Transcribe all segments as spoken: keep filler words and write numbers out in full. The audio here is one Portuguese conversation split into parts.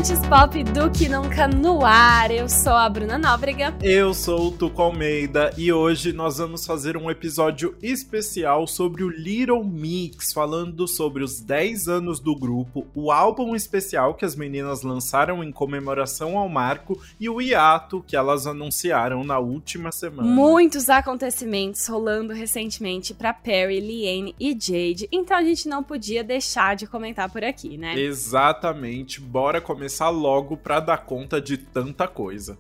Amantes pop do que nunca no ar, eu sou a Bruna Nóbrega. Eu sou o Tuco Almeida e hoje nós vamos fazer um episódio especial sobre o Little Mix, falando sobre os dez anos do grupo, o álbum especial que as meninas lançaram em comemoração ao marco e o hiato que elas anunciaram na última semana. Muitos acontecimentos rolando recentemente pra Perry, Liane e Jade, então a gente não podia deixar de comentar por aqui, né? Exatamente, bora começar logo pra dar conta de tanta coisa.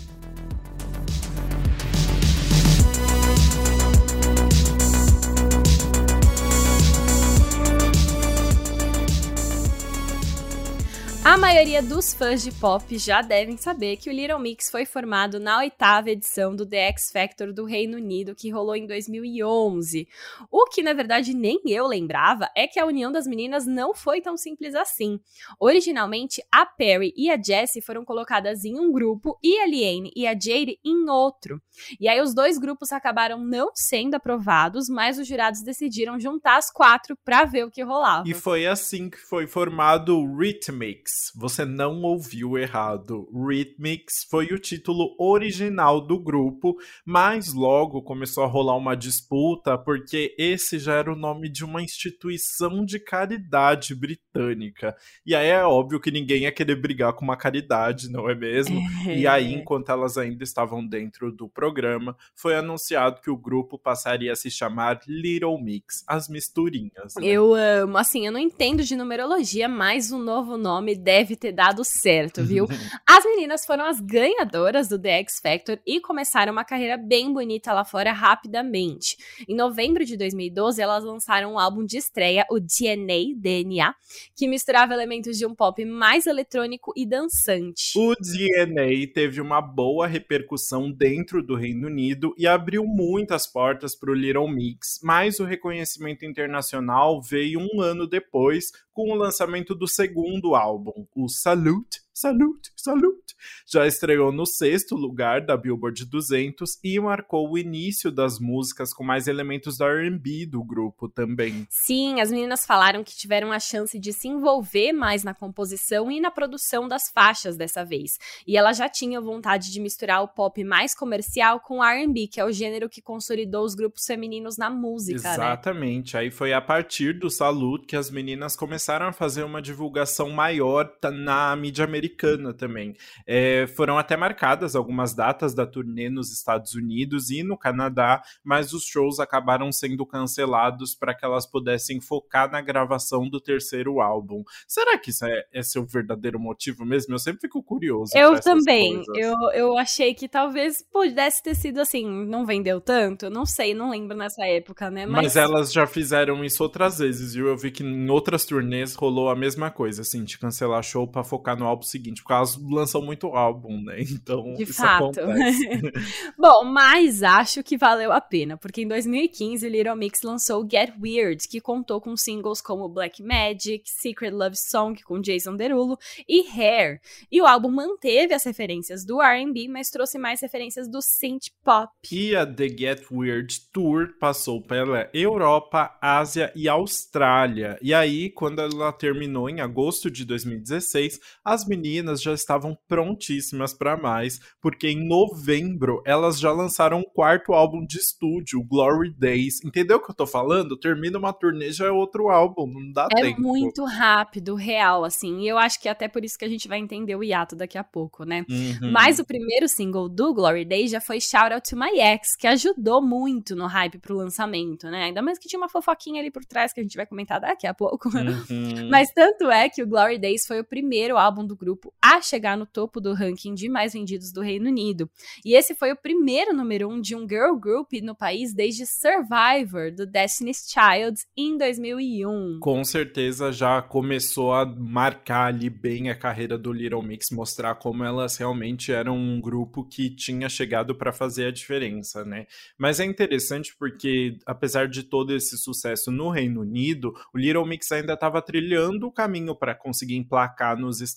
A maioria dos fãs de pop já devem saber que o Little Mix foi formado na oitava edição do The X Factor do Reino Unido, que rolou em dois mil e onze. O que, na verdade, nem eu lembrava é que a união das meninas não foi tão simples assim. Originalmente, a Perry e a Jessie foram colocadas em um grupo e a Liane e a Jade em outro. E aí os dois grupos acabaram não sendo aprovados, mas os jurados decidiram juntar as quatro pra ver o que rolava. E foi assim que foi formado o Rhythmix. Você não ouviu errado. Rhythmix foi o título original do grupo, mas logo começou a rolar uma disputa porque esse já era o nome de uma instituição de caridade britânica. E aí é óbvio que ninguém ia querer brigar com uma caridade, não é mesmo? É. E aí, enquanto elas ainda estavam dentro do programa, foi anunciado que o grupo passaria a se chamar Little Mix, as misturinhas. Né? Eu amo. Assim, eu não entendo de numerologia, mas o novo nome deve ter dado certo, viu? As meninas foram as ganhadoras do The X Factor e começaram uma carreira bem bonita lá fora rapidamente. Em novembro de dois mil e doze, elas lançaram um álbum de estreia, o D N A, D N A, que misturava elementos de um pop mais eletrônico e dançante. O D N A teve uma boa repercussão dentro do Reino Unido e abriu muitas portas para o Little Mix, mas o reconhecimento internacional veio um ano depois, com o lançamento do segundo álbum, o Salute, Salute, Salute. Já estreou no sexto lugar da Billboard duzentos e marcou o início das músicas com mais elementos da R and B do grupo também. Sim, as meninas falaram que tiveram a chance de se envolver mais na composição e na produção das faixas dessa vez. E ela já tinha vontade de misturar o pop mais comercial com R and B, que é o gênero que consolidou os grupos femininos na música, Exatamente. Né? Aí foi a partir do Salute que as meninas começaram a fazer uma divulgação maior na mídia americana também. É, foram até marcadas algumas datas da turnê nos Estados Unidos e no Canadá, mas os shows acabaram sendo cancelados para que elas pudessem focar na gravação do terceiro álbum. Será que isso é, esse é o verdadeiro motivo mesmo? Eu sempre fico curioso. Eu também. Eu, eu achei que talvez pudesse ter sido assim, não vendeu tanto? Eu não sei, não lembro nessa época, né? Mas... mas elas já fizeram isso outras vezes, viu? Eu vi que em outras turnês rolou a mesma coisa, assim, de cancelar show pra focar no álbum seguinte, porque elas lançam muito álbum, né? Então, de isso fato. acontece. Bom, mas acho que valeu a pena, porque em dois mil e quinze o Little Mix lançou Get Weird, que contou com singles como Black Magic, Secret Love Song com Jason Derulo e Hair. E o álbum manteve as referências do R and B, mas trouxe mais referências do synth pop. E a The Get Weird Tour passou pela Europa, Ásia e Austrália. E aí, quando ela terminou em agosto de dois mil e dezesseis, as meninas já estavam prontíssimas para mais, porque em novembro elas já lançaram um quarto álbum de estúdio, Glory Days. Entendeu o que eu tô falando? Termina uma turnê, já é outro álbum, não dá é tempo. É muito rápido, real, assim. E eu acho que é até por isso que a gente vai entender o hiato daqui a pouco, né? Uhum. Mas o primeiro single do Glory Days já foi Shout Out to My Ex, que ajudou muito no hype pro lançamento, né? Ainda mais que tinha uma fofoquinha ali por trás que a gente vai comentar daqui a pouco. Uhum. Mas tanto é que o Glory Days foi o primeiro álbum do grupo a chegar no topo do ranking de mais vendidos do Reino Unido. E esse foi o primeiro número um de um girl group no país desde Survivor, do Destiny's Child, em dois mil e um. Com certeza já começou a marcar ali bem a carreira do Little Mix, mostrar como elas realmente eram um grupo que tinha chegado para fazer a diferença, né? Mas é interessante porque, apesar de todo esse sucesso no Reino Unido, o Little Mix ainda estava trilhando o caminho para conseguir emplacar nos Estados Unidos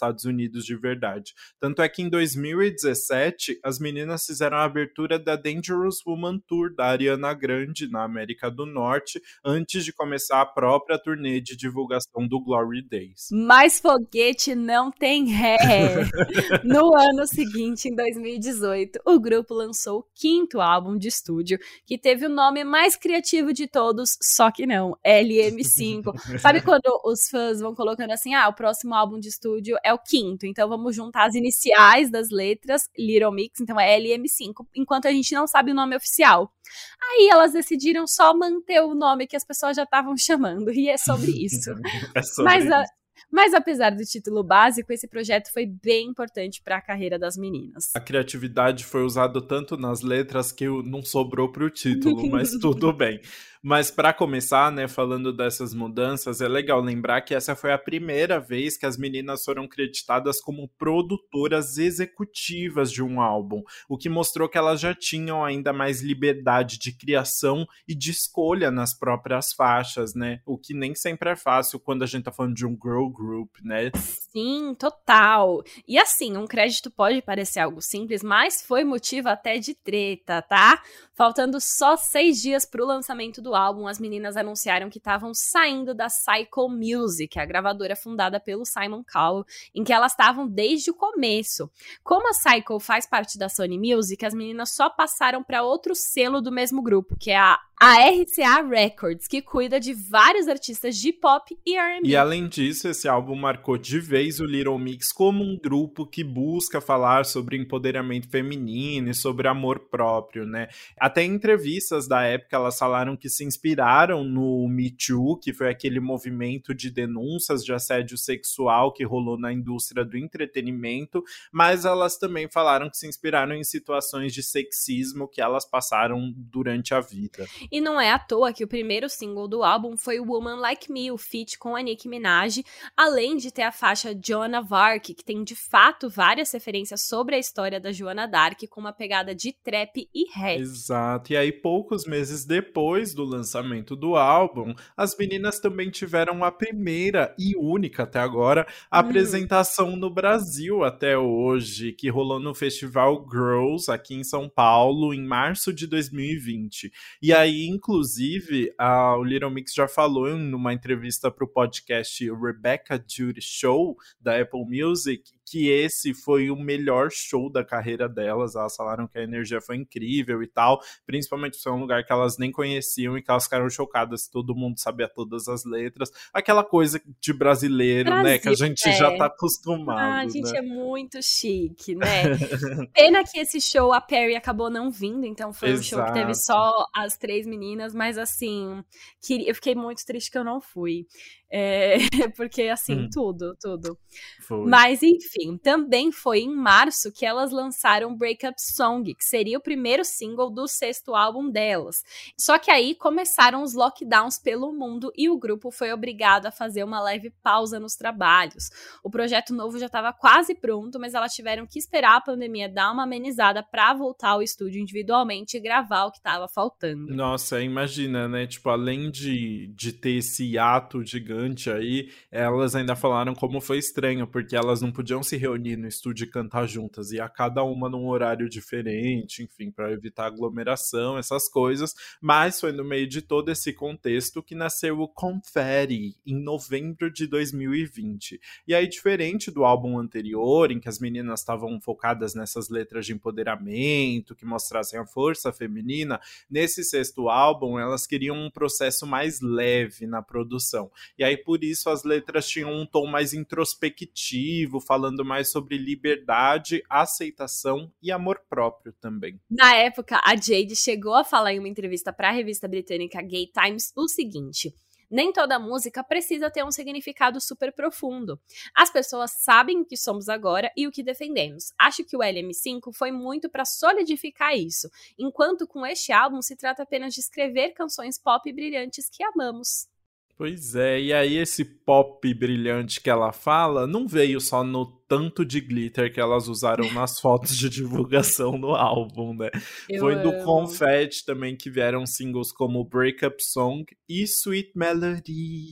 Unidos de verdade. Tanto é que em dois mil e dezessete, as meninas fizeram a abertura da Dangerous Woman Tour da Ariana Grande na América do Norte, antes de começar a própria turnê de divulgação do Glory Days. Mas foguete não tem ré. No ano seguinte, em dois mil e dezoito, o grupo lançou o quinto álbum de estúdio, que teve o nome mais criativo de todos, só que não, L M cinco. Sabe quando os fãs vão colocando assim, ah, o próximo álbum de estúdio é o quinto, então vamos juntar as iniciais das letras, Little Mix, então é L M cinco, enquanto a gente não sabe o nome oficial. Aí elas decidiram só manter o nome que as pessoas já estavam chamando, e é sobre isso. É sobre Mas, isso. A, mas apesar do título básico, esse projeto foi bem importante para a carreira das meninas. A criatividade foi usada tanto nas letras que não sobrou pro título, mas tudo bem. Mas para começar, né, falando dessas mudanças, é legal lembrar que essa foi a primeira vez que as meninas foram creditadas como produtoras executivas de um álbum, o que mostrou que elas já tinham ainda mais liberdade de criação e de escolha nas próprias faixas, né? O que nem sempre é fácil quando a gente tá falando de um girl group, né? Sim, total. E assim, um crédito pode parecer algo simples, mas foi motivo até de treta, tá? Faltando só seis dias pro lançamento do álbum, as meninas anunciaram que estavam saindo da Syco Music, a gravadora fundada pelo Simon Cowell, em que elas estavam desde o começo. Como a Syco faz parte da Sony Music, as meninas só passaram para outro selo do mesmo grupo, que é a A R C A Records, que cuida de vários artistas de pop e R and B. E além disso, esse álbum marcou de vez o Little Mix como um grupo que busca falar sobre empoderamento feminino e sobre amor próprio, né? Até em entrevistas da época, elas falaram que se inspiraram no Me Too, que foi aquele movimento de denúncias de assédio sexual que rolou na indústria do entretenimento, mas elas também falaram que se inspiraram em situações de sexismo que elas passaram durante a vida. E não é à toa que o primeiro single do álbum foi Woman Like Me, o feat com a Nicki Minaj, além de ter a faixa Joan of Arc, que tem de fato várias referências sobre a história da Joana d'Arc, com uma pegada de trap e rap. Exato, e aí poucos meses depois do lançamento do álbum, as meninas também tiveram a primeira e única até agora apresentação no Brasil até hoje, que rolou no Festival Girls aqui em São Paulo em março de dois mil e vinte. E aí, inclusive, a, o Little Mix já falou em uma entrevista para o podcast Rebecca Judy Show da Apple Music que esse foi o melhor show da carreira delas. Elas falaram que a energia foi incrível e tal, principalmente foi um lugar que elas nem conheciam e que elas ficaram chocadas, todo mundo sabia todas as letras, aquela coisa de brasileiro, Brasil, né, que a gente é. já tá acostumado. Ah, a gente né? é muito chique, né? Pena que esse show a Perry acabou não vindo, então foi Exato. um show que teve só as três meninas, mas assim, que, eu fiquei muito triste que eu não fui. É, porque assim, hum. tudo, tudo. Foi. Mas enfim, também foi em março que elas lançaram Break Up Song, que seria o primeiro single do sexto álbum delas. Só que aí começaram os lockdowns pelo mundo e o grupo foi obrigado a fazer uma leve pausa nos trabalhos. O projeto novo já estava quase pronto, mas elas tiveram que esperar a pandemia dar uma amenizada para voltar ao estúdio individualmente e gravar o que estava faltando. Nossa, imagina, né? Tipo, além de, de ter esse hiato gigante aí, elas ainda falaram como foi estranho, porque elas não podiam se reunir no estúdio e cantar juntas, e a cada uma num horário diferente, enfim, para evitar aglomeração, essas coisas, mas foi no meio de todo esse contexto que nasceu o Confetti, em novembro de dois mil e vinte. E aí, diferente do álbum anterior, em que as meninas estavam focadas nessas letras de empoderamento, que mostrassem a força feminina, nesse sexto álbum, elas queriam um processo mais leve na produção. E aí, por isso, as letras tinham um tom mais introspectivo, falando mais sobre liberdade, aceitação e amor próprio também. Na época, a Jade chegou a falar em uma entrevista para a revista britânica Gay Times o seguinte: nem toda música precisa ter um significado super profundo. As pessoas sabem o que somos agora e o que defendemos. Acho que o L M cinco foi muito para solidificar isso, enquanto com este álbum se trata apenas de escrever canções pop brilhantes que amamos. Pois é, e aí esse pop brilhante que ela fala não veio só no tanto de glitter que elas usaram nas fotos de divulgação no álbum, né? Eu Foi do amo. Confetti também que vieram singles como Break Up Song e Sweet Melody.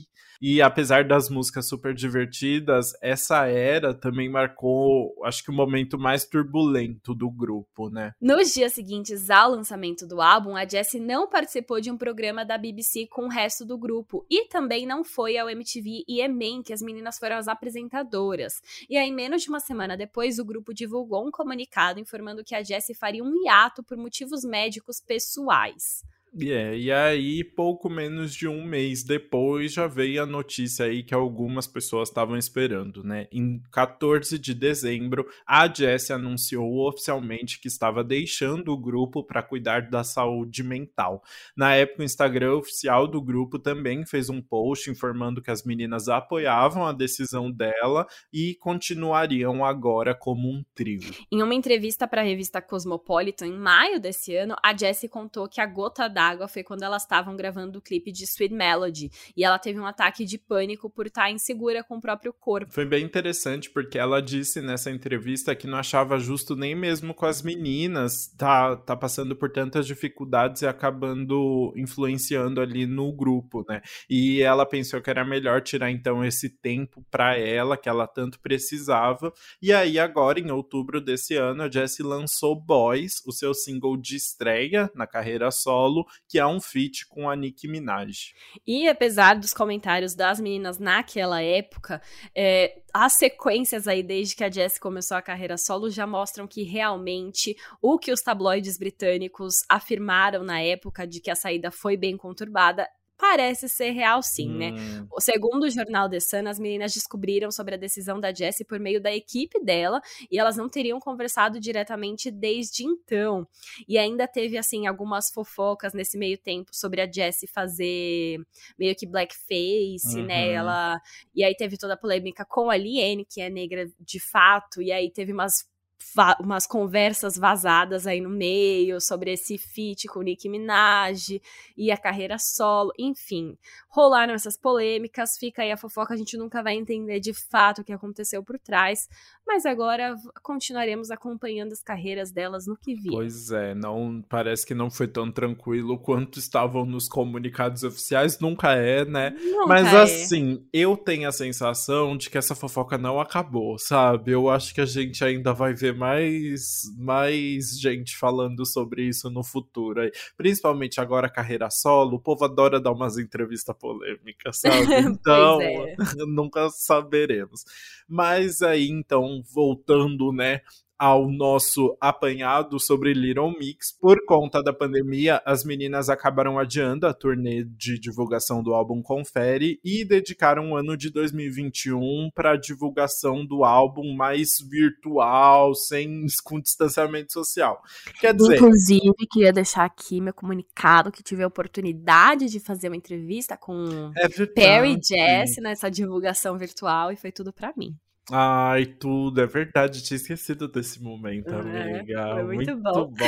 E apesar das músicas super divertidas, essa era também marcou, acho que o momento mais turbulento do grupo, né? Nos dias seguintes ao lançamento do álbum, a Jessie não participou de um programa da B B C com o resto do grupo e também não foi ao M T V e E M A, que as meninas foram as apresentadoras. E aí, menos de uma semana depois, o grupo divulgou um comunicado informando que a Jessie faria um hiato por motivos médicos pessoais. Yeah, e aí, pouco menos de um mês depois, já veio a notícia aí que algumas pessoas estavam esperando, né? Em quatorze de dezembro, a Jessie anunciou oficialmente que estava deixando o grupo para cuidar da saúde mental. Na época, o Instagram oficial do grupo também fez um post informando que as meninas apoiavam a decisão dela e continuariam agora como um trio. Em uma entrevista para a revista Cosmopolitan, em maio desse ano, a Jessie contou que a gota d'água água foi quando elas estavam gravando o clipe de Sweet Melody, e ela teve um ataque de pânico por estar insegura com o próprio corpo. Foi bem interessante, porque ela disse nessa entrevista que não achava justo nem mesmo com as meninas tá, tá passando por tantas dificuldades e acabando influenciando ali no grupo, né? E ela pensou que era melhor tirar então esse tempo pra ela, que ela tanto precisava. E aí agora, em outubro desse ano, a Jessie lançou Boys, o seu single de estreia na carreira solo, que é um feat com a Nicki Minaj. E apesar dos comentários das meninas naquela época, é, as sequências aí desde que a Jessie começou a carreira solo já mostram que realmente o que os tabloides britânicos afirmaram na época de que a saída foi bem conturbada parece ser real sim, hum. né? Segundo o jornal The Sun, as meninas descobriram sobre a decisão da Jessie por meio da equipe dela e elas não teriam conversado diretamente desde então. E ainda teve, assim, algumas fofocas nesse meio tempo sobre a Jessie fazer meio que blackface, uhum. né? Ela... E aí teve toda a polêmica com a Liane, que é negra de fato, e aí teve umas umas conversas vazadas aí no meio sobre esse feat com Nicki Minaj e a carreira solo, enfim, rolaram essas polêmicas, fica aí a fofoca, a gente nunca vai entender de fato o que aconteceu por trás, mas agora continuaremos acompanhando as carreiras delas no que vier. Pois é, não, parece que não foi tão tranquilo quanto estavam nos comunicados oficiais, nunca é, né? Nunca mas é. assim, eu tenho a sensação de que essa fofoca não acabou, sabe? Eu acho que a gente ainda vai ver mais, mais gente falando sobre isso no futuro, aí. Principalmente agora a carreira solo, o povo adora dar umas entrevistas polêmicas, sabe? Então, é. nunca saberemos. Mas aí, então, voltando, né, ao nosso apanhado sobre Little Mix, por conta da pandemia, as meninas acabaram adiando a turnê de divulgação do álbum Confere e dedicaram o ano de dois mil e vinte e um para a divulgação do álbum mais virtual, sem, com distanciamento social. Quer dizer... Inclusive, queria deixar aqui meu comunicado que tive a oportunidade de fazer uma entrevista com é Perry e Jessie nessa divulgação virtual e foi tudo para mim. Ai, tudo, é verdade, tinha esquecido desse momento, amiga. É, foi muito, muito bom. bom.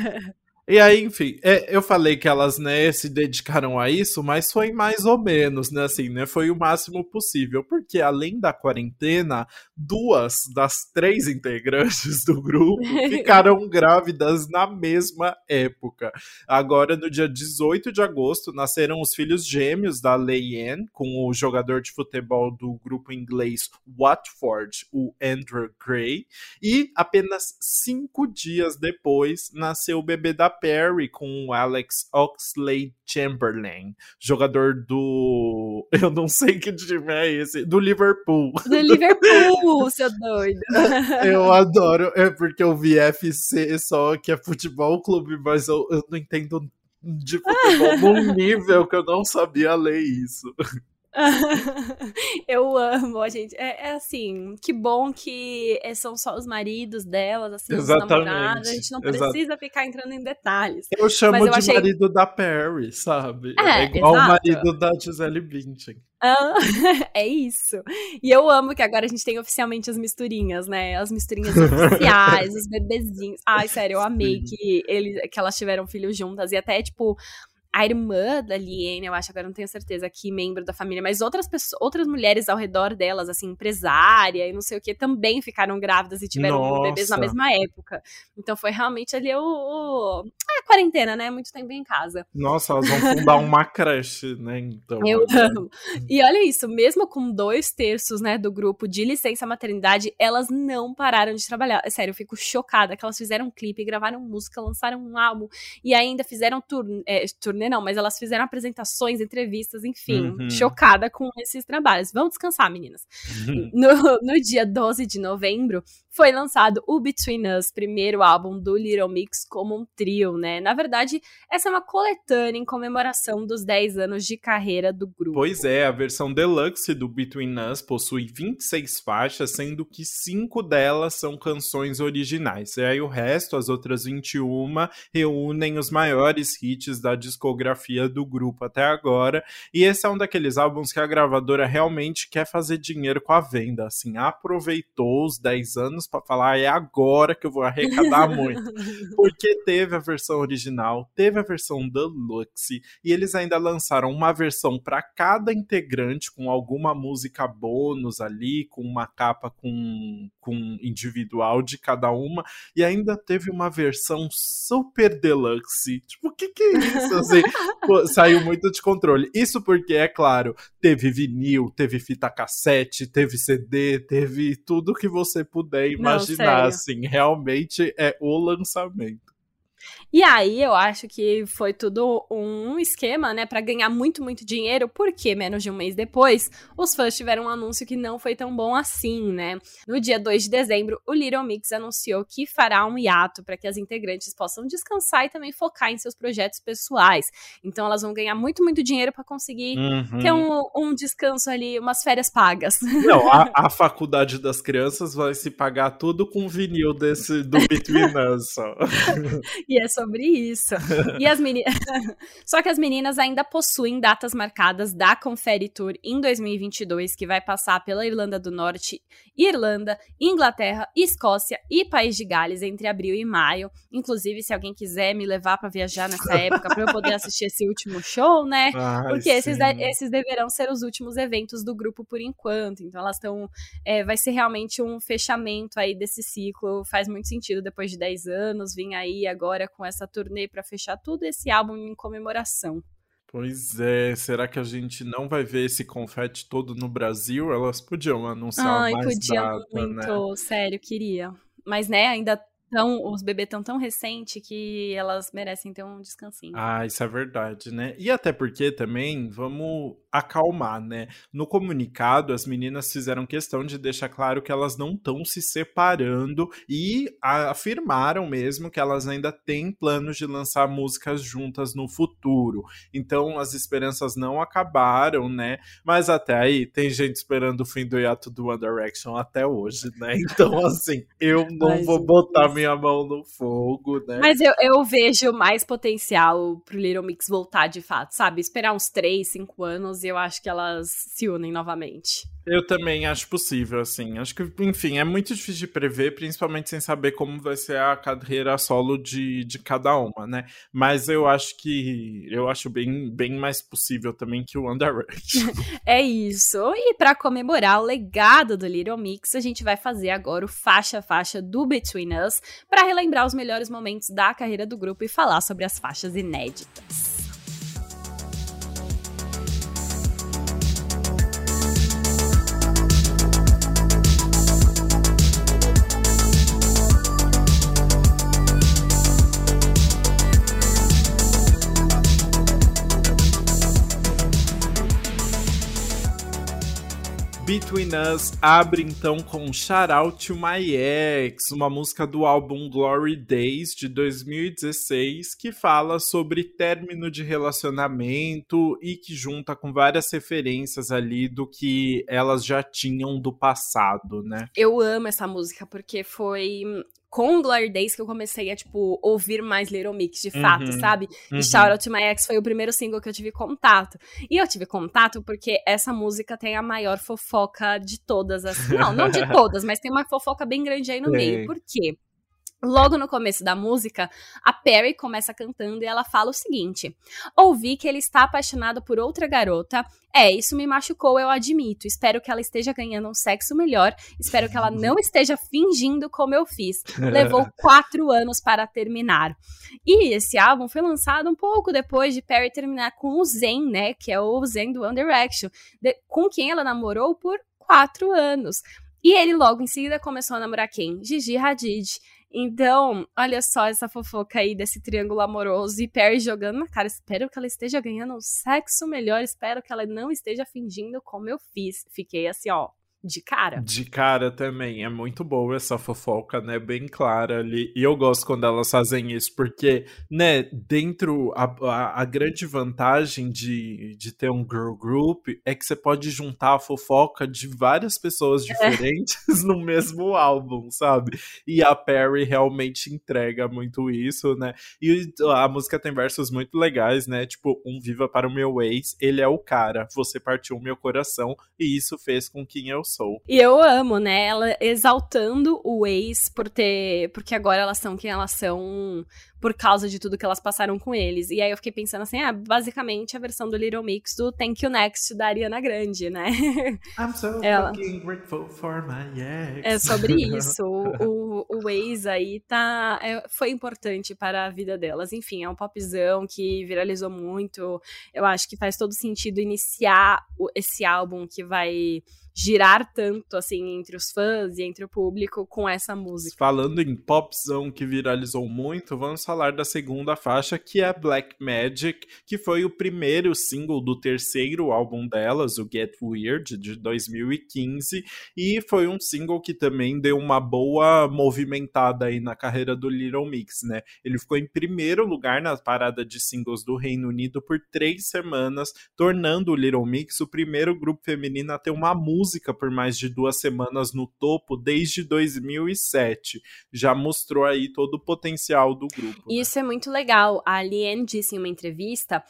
E aí, enfim, é, eu falei que elas, né, se dedicaram a isso, mas foi mais ou menos, né, assim, né, foi o máximo possível, porque além da quarentena, duas das três integrantes do grupo ficaram grávidas na mesma época. Agora, no dia dezoito de agosto, nasceram os filhos gêmeos da Leigh-Anne, com o jogador de futebol do grupo inglês Watford, o Andrew Gray, e apenas cinco dias depois, nasceu o bebê da Perry com o Alex Oxlade-Chamberlain, jogador do... eu não sei que time é esse, do Liverpool. Do Liverpool, seu doido. Eu adoro, é porque eu vi F C só, que é futebol clube, mas eu, eu não entendo de futebol num nível que eu não sabia ler isso. Eu amo, a gente. É, é assim, que bom que são só os maridos delas, assim, Exatamente. os namorados. A gente não precisa Exato. ficar entrando em detalhes. Eu chamo eu de achei... marido da Perry, sabe? É, é igual exato. o marido da Gisele Bündchen. Ah, é isso. E eu amo que agora a gente tem oficialmente as misturinhas, né? As misturinhas oficiais, os bebezinhos. Ai, sério, eu amei que, eles, que elas tiveram filhos juntas. E até, tipo... a irmã da Liene, eu acho, agora não tenho certeza que membro da família, mas outras pessoas, outras mulheres ao redor delas, assim, empresária e não sei o que, também ficaram grávidas e tiveram Nossa. bebês na mesma época. Então foi realmente ali o... o a quarentena, né? Muito tempo em casa. Nossa, elas vão fundar uma creche, né? Então, eu olha. amo. E olha isso, mesmo com dois terços, né, do grupo de licença maternidade, elas não pararam de trabalhar. É sério, eu fico chocada que elas fizeram um clipe, gravaram música, lançaram um álbum e ainda fizeram turnê, é, turnê não, mas elas fizeram apresentações, entrevistas, enfim, Uhum. chocada com esses trabalhos. Vão descansar, meninas. Uhum. No, no dia doze de novembro, foi lançado o Between Us, primeiro álbum do Little Mix como um trio, né? Na verdade, essa é uma coletânea em comemoração dos dez anos de carreira do grupo. Pois é, a versão deluxe do Between Us possui vinte e seis faixas, sendo que cinco delas são canções originais. E aí o resto, as outras vinte e uma, reúnem os maiores hits da discografia do grupo até agora. E esse é um daqueles álbuns que a gravadora realmente quer fazer dinheiro com a venda, assim, aproveitou os dez anos para falar, é agora que eu vou arrecadar muito. Porque teve a versão original, teve a versão deluxe, e eles ainda lançaram uma versão para cada integrante, com alguma música bônus ali, com uma capa com, com individual de cada uma, e ainda teve uma versão super deluxe. Tipo, o que que é isso? Assim, pô, saiu muito de controle. Isso porque, é claro, teve vinil, teve fita cassete, teve C D, teve tudo que você puder imaginar, Não, assim, realmente é o lançamento. E aí, eu acho que foi tudo um esquema, né, pra ganhar muito, muito dinheiro, porque menos de um mês depois, os fãs tiveram um anúncio que não foi tão bom assim, né? No dia dois de dezembro, o Little Mix anunciou que fará um hiato para que as integrantes possam descansar e também focar em seus projetos pessoais. Então, elas vão ganhar muito, muito dinheiro pra conseguir Uhum. ter um, um descanso ali, umas férias pagas. Não, a, a faculdade das crianças vai se pagar tudo com vinil desse, do Between Us, só. E é sobre isso. E as meninas... Só que as meninas ainda possuem datas marcadas da Confere Tour em dois mil e vinte e dois, que vai passar pela Irlanda do Norte, Irlanda, Inglaterra, Escócia e País de Gales entre abril e maio. Inclusive, se alguém quiser me levar pra viajar nessa época pra eu poder assistir esse último show, né? Ai, Porque esses, sim. esses deverão ser os últimos eventos do grupo por enquanto. Então elas estão... É, vai ser realmente um fechamento aí desse ciclo. Faz muito sentido depois de dez anos vir aí agora com essa turnê pra fechar tudo esse álbum em comemoração. Pois é, será que a gente não vai ver esse confete todo no Brasil? Elas podiam anunciar Ai, mais podia data, muito, né? sério, queria. Mas, né, ainda tão, os bebês estão tão recentes que elas merecem ter um descansinho. Ah, isso é verdade, né? E até porque também, vamos acalmar, né? No comunicado, as meninas fizeram questão de deixar claro que elas não estão se separando e afirmaram mesmo que elas ainda têm planos de lançar músicas juntas no futuro. Então, as esperanças não acabaram, né? Mas até aí, tem gente esperando o fim do hiato do One Direction até hoje, né? Então, assim, eu não Ai, vou gente, botar isso. minha mão no fogo, né? Mas eu, eu vejo mais potencial pro Little Mix voltar de fato, sabe? Esperar uns três, cinco anos e eu acho que elas se unem novamente. Eu também acho possível, assim. Acho que, enfim, é muito difícil de prever, principalmente sem saber como vai ser a carreira solo de, de cada uma, né? Mas eu acho que eu acho bem, bem mais possível também que o One Direction. É isso. E pra comemorar o legado do Little Mix, a gente vai fazer agora o faixa a faixa do Between Us pra relembrar os melhores momentos da carreira do grupo e falar sobre as faixas inéditas. Between Us abre então com Shout Out to My Ex, uma música do álbum Glory Days de dois mil e dezesseis, que fala sobre término de relacionamento e que junta com várias referências ali do que elas já tinham do passado, né? Eu amo essa música porque foi com Glory Days que eu comecei a, tipo, ouvir mais Little Mix, de fato, Uhum, sabe? uhum. E Shout Out to My Ex foi o primeiro single que eu tive contato. E eu tive contato porque essa música tem a maior fofoca de todas as... Não, não de todas, mas tem uma fofoca bem grande aí no Tem. meio. Por quê? Logo no começo da música, a Perry começa cantando e ela fala o seguinte: ouvi que ele está apaixonado por outra garota. É, isso me machucou, eu admito. Espero que ela esteja ganhando um sexo melhor. Espero que ela não esteja fingindo como eu fiz. Levou quatro anos para terminar. E esse álbum foi lançado um pouco depois de Perry terminar com o Zayn, né? Que é o Zayn do One Direction, de, com quem ela namorou por quatro anos. E ele logo em seguida começou a namorar quem? Gigi Hadid. Então, olha só essa fofoca aí desse triângulo amoroso e Perry jogando na cara. Espero que ela esteja ganhando um sexo melhor, espero que ela não esteja fingindo como eu fiz. Fiquei assim, ó, de cara. De cara também, é muito boa essa fofoca, né, bem clara ali, e eu gosto quando elas fazem isso, porque, né, dentro, a, a, a grande vantagem de, de ter um girl group é que você pode juntar a fofoca de várias pessoas diferentes é. no mesmo álbum, sabe, e a Perry realmente entrega muito isso, né, e a música tem versos muito legais, né, tipo, um viva para o meu ex, ele é o cara, você partiu o meu coração, e isso fez com quem eu sou. E eu amo, né, ela exaltando o ex por ter, porque agora elas são quem elas são por causa de tudo que elas passaram com eles. E aí eu fiquei pensando assim, ah, basicamente a versão do Little Mix do Thank You Next da Ariana Grande, né? I'm so ela... fucking grateful for my ex. É sobre isso, o, o, o ex aí tá, é, foi importante para a vida delas. Enfim, é um popzão que viralizou muito, eu acho que faz todo sentido iniciar o, esse álbum que vai girar tanto, assim, entre os fãs e entre o público com essa música. Falando em popzão que viralizou muito, vamos falar da segunda faixa, que é Black Magic, que foi o primeiro single do terceiro álbum delas, o Get Weird, de dois mil e quinze, e foi um single que também deu uma boa movimentada aí na carreira do Little Mix, né? Ele ficou em primeiro lugar na parada de singles do Reino Unido por três semanas, tornando o Little Mix o primeiro grupo feminino a ter uma música música por mais de duas semanas no topo desde dois mil e sete. Já mostrou aí todo o potencial do grupo. Isso, né? É muito legal. A Liane disse em uma entrevista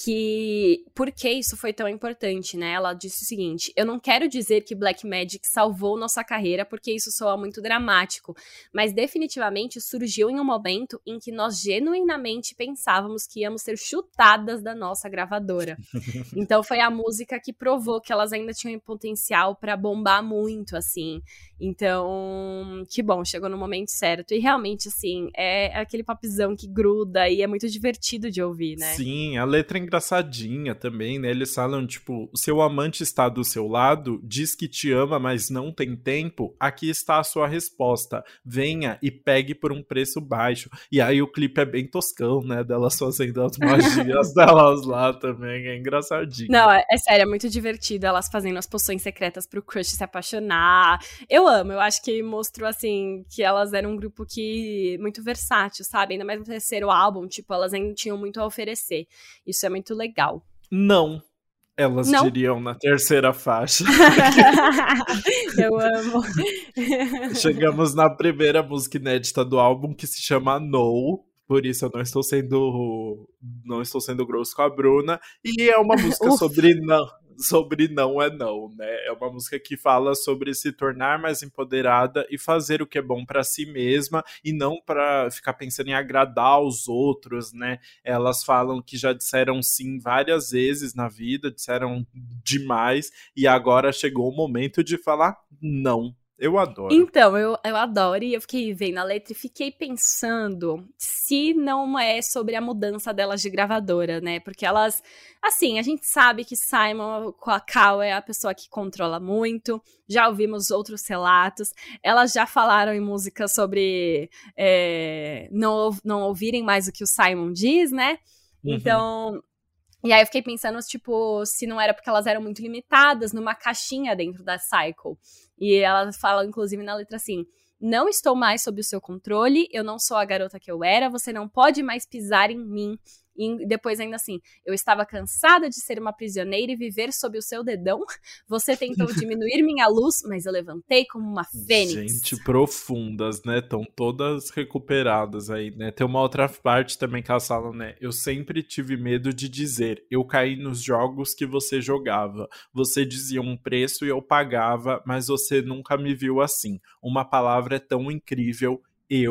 que por que isso foi tão importante, né? Ela disse o seguinte: eu não quero dizer que Black Magic salvou nossa carreira, porque isso soa muito dramático, mas definitivamente surgiu em um momento em que nós genuinamente pensávamos que íamos ser chutadas da nossa gravadora. Então foi a música que provou que elas ainda tinham potencial pra bombar muito, assim. Então, que bom, chegou no momento certo. E realmente, assim, é aquele popzão que gruda e é muito divertido de ouvir, né? Sim, a letra é engraçadinha também, né? Eles falam, tipo, o seu amante está do seu lado, diz que te ama, mas não tem tempo, aqui está a sua resposta. Venha e pegue por um preço baixo. E aí o clipe é bem toscão, né? Delas fazendo as magias delas lá também, é engraçadinho. Não, é, é sério, é muito divertido elas fazendo as poções secretas pro crush se apaixonar. Eu amo, eu acho que mostrou, assim, que elas eram um grupo que muito versátil, sabe? Ainda mais no terceiro álbum, tipo, elas ainda tinham muito a oferecer. Isso é muito legal. Não, elas não. Diriam na terceira faixa. Eu amo. Chegamos na primeira música inédita do álbum, que se chama No. Por isso eu não estou sendo não estou sendo grosso com a Bruna. E é uma música sobre não, sobre não é não, né? É uma música que fala sobre se tornar mais empoderada e fazer o que é bom pra si mesma e não pra ficar pensando em agradar aos outros, né? Elas falam que já disseram sim várias vezes na vida, disseram demais e agora chegou o momento de falar não. Eu adoro. Então, eu, eu adoro, e eu fiquei vendo a letra e fiquei pensando se não é sobre a mudança delas de gravadora, né? Porque elas, assim, a gente sabe que Simon com a Cal é a pessoa que controla muito, já ouvimos outros relatos, elas já falaram em música sobre é, não, não ouvirem mais o que o Simon diz, né? Uhum. Então... E aí eu fiquei pensando, tipo, se não era porque elas eram muito limitadas numa caixinha dentro da Cycle. E elas falam, inclusive, na letra assim: não estou mais sob o seu controle, eu não sou a garota que eu era, você não pode mais pisar em mim. E depois ainda assim: eu estava cansada de ser uma prisioneira e viver sob o seu dedão. Você tentou diminuir minha luz, mas eu levantei como uma fênix. Gente, profundas, né? Estão todas recuperadas aí, né? Tem uma outra parte também que elas falam, né? Eu sempre tive medo de dizer, eu caí nos jogos que você jogava. Você dizia um preço e eu pagava, mas você nunca me viu assim. Uma palavra é tão incrível, eu...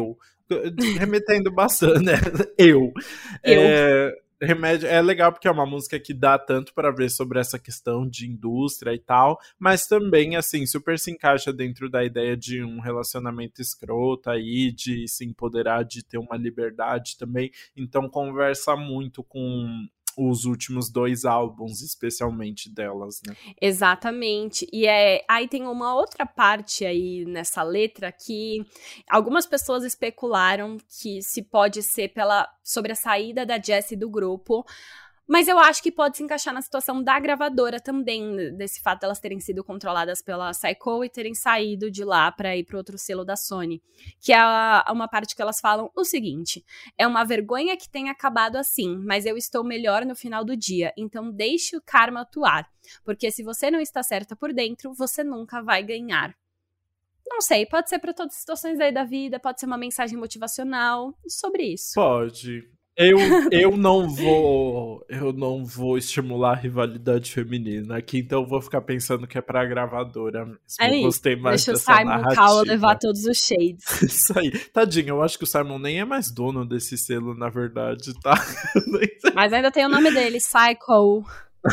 remetendo bastante, né? Eu. Eu. É, Remédio é legal porque é uma música que dá tanto pra ver sobre essa questão de indústria e tal, mas também, assim, super se encaixa dentro da ideia de um relacionamento escroto aí, de se empoderar, de ter uma liberdade também. Então conversa muito com os últimos dois álbuns, especialmente delas, né? Exatamente. E é, aí tem uma outra parte aí nessa letra que algumas pessoas especularam que se pode ser pela, sobre a saída da Jessie do grupo, mas eu acho que pode se encaixar na situação da gravadora também, desse fato de elas terem sido controladas pela Syco e terem saído de lá para ir para outro selo da Sony. Que é a, uma parte que elas falam o seguinte: é uma vergonha que tenha acabado assim, mas eu estou melhor no final do dia, então deixe o karma atuar, porque se você não está certa por dentro, você nunca vai ganhar. Não sei, pode ser para todas as situações aí da vida, pode ser uma mensagem motivacional sobre isso. Pode. Eu, eu não vou eu não vou estimular a rivalidade feminina aqui, então eu vou ficar pensando que é pra gravadora mesmo. É Eu gostei mais Deixa o dessa Simon narrativa. Cowell levar todos os shades. Isso aí. Tadinho, eu acho que o Simon nem é mais dono desse selo, na verdade, tá? Mas ainda tem o nome dele, Psycho.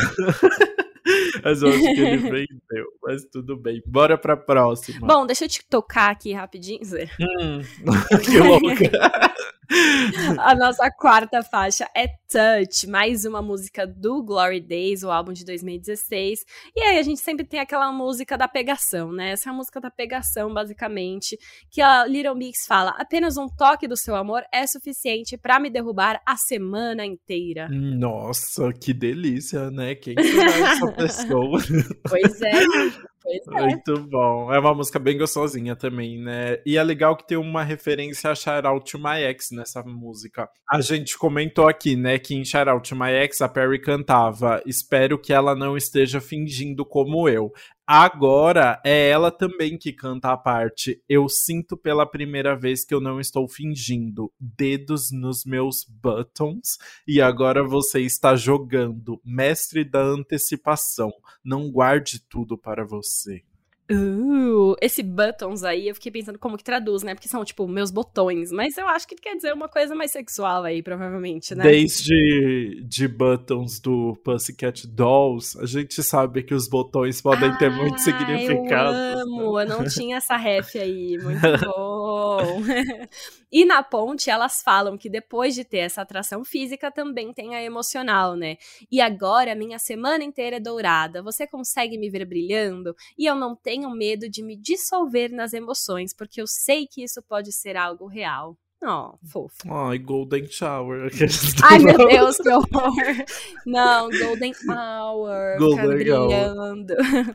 Mas eu acho que ele vendeu, mas tudo bem. Bora pra próxima. Bom, deixa eu te tocar aqui rapidinho, Zé. Hum, que louca. A nossa quarta faixa é Touch, mais uma música do Glory Days, o álbum de dois mil e dezesseis. E aí a gente sempre tem aquela música da pegação, né? Essa é a música da pegação, basicamente, que a Little Mix fala: apenas um toque do seu amor é suficiente pra me derrubar a semana inteira. Nossa, que delícia, né? Quem será essa pessoa? Pois é. Pois é. Muito bom. É uma música bem gostosinha também, né? E é legal que tem uma referência a Shout Out to My Ex nessa música. A gente comentou aqui, né, que em Shout Out to My Ex a Perry cantava: espero que ela não esteja fingindo como eu. Agora é ela também que canta a parte: eu sinto pela primeira vez que eu não estou fingindo, dedos nos meus buttons, e agora você está jogando, mestre da antecipação, não guarde tudo para você. Uh, esse buttons aí, eu fiquei pensando como que traduz, né? Porque são, tipo, meus botões. Mas eu acho que quer dizer uma coisa mais sexual aí, provavelmente, né? Desde de buttons do Pussycat Dolls, a gente sabe que os botões podem ah, ter muito significado. Eu amo, eu não tinha essa ref aí, muito bom. E na ponte, elas falam que depois de ter essa atração física, também tem a emocional, né? E agora, minha semana inteira é dourada, você consegue me ver brilhando? E eu não tenho medo de me dissolver nas emoções, porque eu sei que isso pode ser algo real. Oh, fofo. Ai, Golden Shower. Ai, meu Deus, que horror. Não, Golden Hour. Golden Ficar brilhando.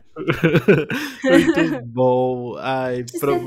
Muito bom. Ai, pro...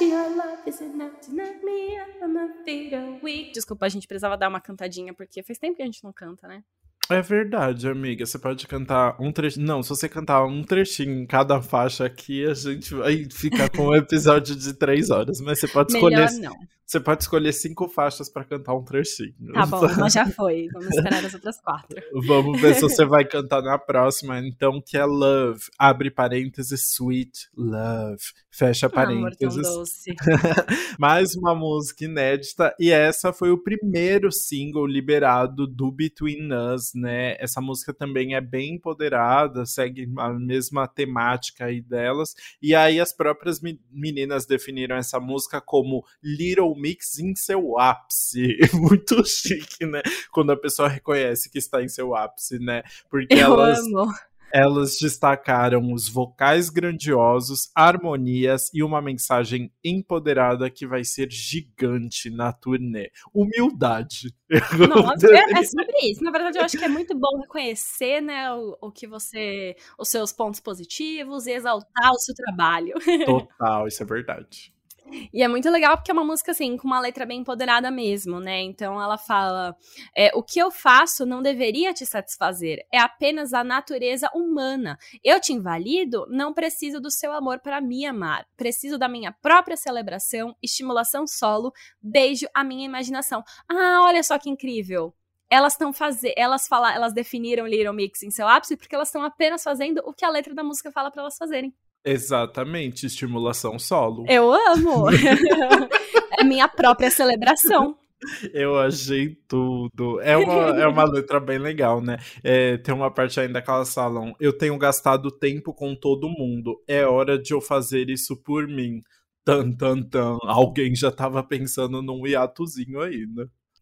Desculpa, a gente precisava dar uma cantadinha, porque faz tempo que a gente não canta, né? É verdade, amiga. Você pode cantar um trechinho. Não, se você cantar um trechinho em cada faixa aqui, a gente vai ficar com um episódio de três horas. Mas você pode escolher. Melhor não. Você pode escolher cinco faixas pra cantar um trechinho. Tá bom, mas já foi. Vamos esperar as outras quatro. Vamos ver se você vai cantar na próxima, então, que é Love. Abre parênteses, Sweet Love. Fecha parênteses. Amor tão doce. Mais uma música inédita. E essa foi o primeiro single liberado do Between Us, né? Essa música também é bem empoderada, segue a mesma temática aí delas. E aí as próprias meninas definiram essa música como Little Mix em seu ápice. Muito chique, né? Quando a pessoa reconhece que está em seu ápice, né? Porque Eu elas... amo. Elas destacaram os vocais grandiosos, harmonias e uma mensagem empoderada que vai ser gigante na turnê. Humildade. Nossa, é, é sobre isso. Na verdade, eu acho que é muito bom reconhecer, né, o, o que você, os seus pontos positivos e exaltar o seu trabalho. Total, isso é verdade. E é muito legal porque é uma música, assim, com uma letra bem empoderada mesmo, né? Então ela fala, é, o que eu faço não deveria te satisfazer, é apenas a natureza humana. Eu te invalido? Não preciso do seu amor para me amar. Preciso da minha própria celebração, estimulação solo, beijo a minha imaginação. Ah, olha só que incrível. Elas estão fazendo, elas fala, elas definiram Little Mix em seu ápice porque elas estão apenas fazendo o que a letra da música fala para elas fazerem. Exatamente, estimulação solo. Eu amo! É minha própria celebração. Eu achei tudo. É uma, é uma letra bem legal, né? É, tem uma parte ainda que elas falam: eu tenho gastado tempo com todo mundo, é hora de eu fazer isso por mim. Tan, tan, tan. Alguém já tava pensando num hiatozinho aí, né?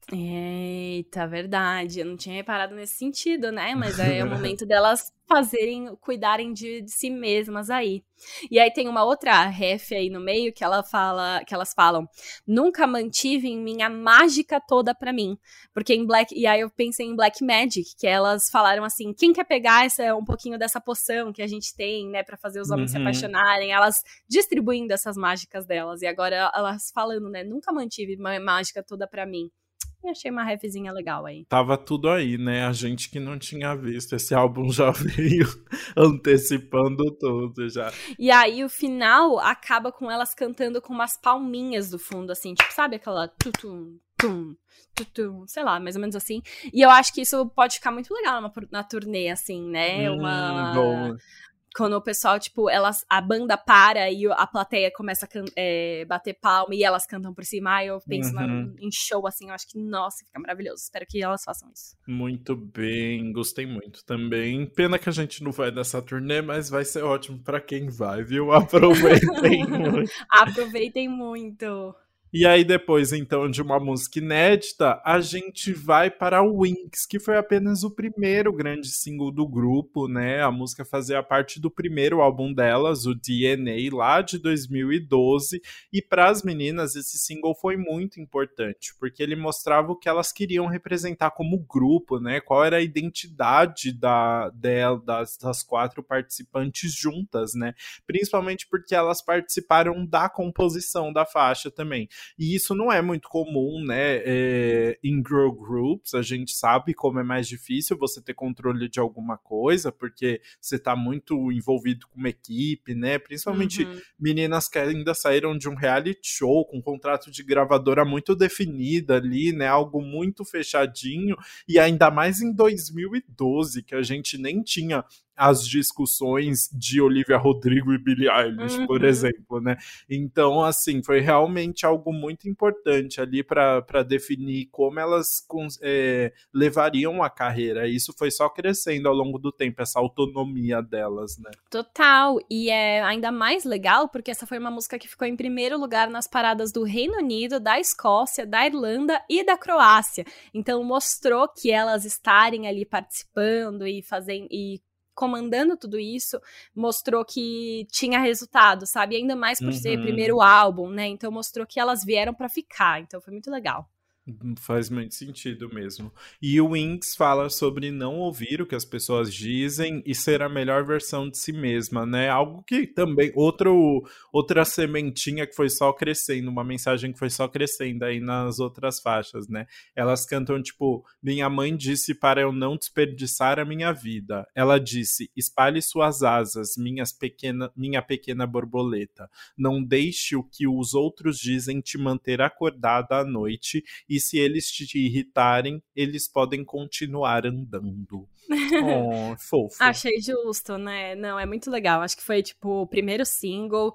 Eita, verdade. Eu não tinha reparado nesse sentido, né? Mas é o momento delas fazerem, cuidarem de, de si mesmas aí. E aí tem uma outra ref aí no meio que ela fala, que elas falam: nunca mantive em minha mágica toda pra mim. Porque em Black, e aí eu pensei em Black Magic, que elas falaram assim: quem quer pegar essa, um pouquinho dessa poção que a gente tem, né, pra fazer os homens se Uhum. apaixonarem, elas distribuindo essas mágicas delas. E agora elas falando, né, nunca mantive minha mágica toda pra mim. E achei uma refzinha legal aí. Tava tudo aí, né? A gente que não tinha visto. Esse álbum já veio antecipando tudo já. E aí o final acaba com elas cantando com umas palminhas do fundo, assim, tipo, sabe aquela tutum, tum, tutum, sei lá, mais ou menos assim. E eu acho que isso pode ficar muito legal na, na turnê, assim, né? Hum, Uma... bom. Quando o pessoal, tipo, elas, a banda para e a plateia começa a can- é, bater palma e elas cantam por cima. Aí eu penso na- Uhum. em show, assim, eu acho que, nossa, fica maravilhoso. Espero que elas façam isso. Muito bem, gostei muito também. Pena que a gente não vai nessa turnê, mas vai ser ótimo pra quem vai, viu? Aproveitem muito. Aproveitem muito. E aí, depois, então, de uma música inédita, a gente vai para o Wings, que foi apenas o primeiro grande single do grupo, né? A música fazia parte do primeiro álbum delas, o D N A, lá de dois mil e doze. E para as meninas, esse single foi muito importante, porque ele mostrava o que elas queriam representar como grupo, né? Qual era a identidade da, dela, das, das quatro participantes juntas, né? Principalmente porque elas participaram da composição da faixa também. E isso não é muito comum, né? É, em girl groups, a gente sabe como é mais difícil você ter controle de alguma coisa, porque você tá muito envolvido com uma equipe, né? Principalmente Uhum. meninas que ainda saíram de um reality show, com um contrato de gravadora muito definido ali, né? Algo muito fechadinho, e ainda mais em dois mil e doze, que a gente nem tinha as discussões de Olivia Rodrigo e Billie Eilish, Uhum. por exemplo, né? Então, assim, foi realmente algo muito importante ali para definir como elas é, levariam a carreira. Isso foi só crescendo ao longo do tempo, essa autonomia delas, né? Total, e é ainda mais legal porque essa foi uma música que ficou em primeiro lugar nas paradas do Reino Unido, da Escócia, da Irlanda e da Croácia. Então mostrou que elas estarem ali participando e fazendo e comandando tudo isso, mostrou que tinha resultado, sabe? Ainda mais por Uhum. ser primeiro álbum, né? Então mostrou que elas vieram pra ficar, então foi muito legal. Faz muito sentido mesmo. E o Wings fala sobre não ouvir o que as pessoas dizem e ser a melhor versão de si mesma, né? Algo que também, outro, outra sementinha que foi só crescendo, uma mensagem que foi só crescendo aí nas outras faixas, né? Elas cantam tipo: minha mãe disse para eu não desperdiçar a minha vida. Ela disse: espalhe suas asas, minhas pequena, minha pequena borboleta. Não deixe o que os outros dizem te manter acordada à noite. E se eles te irritarem, eles podem continuar andando. Oh, fofo. Achei justo, né? Não, é muito legal. Acho que foi, tipo, o primeiro single.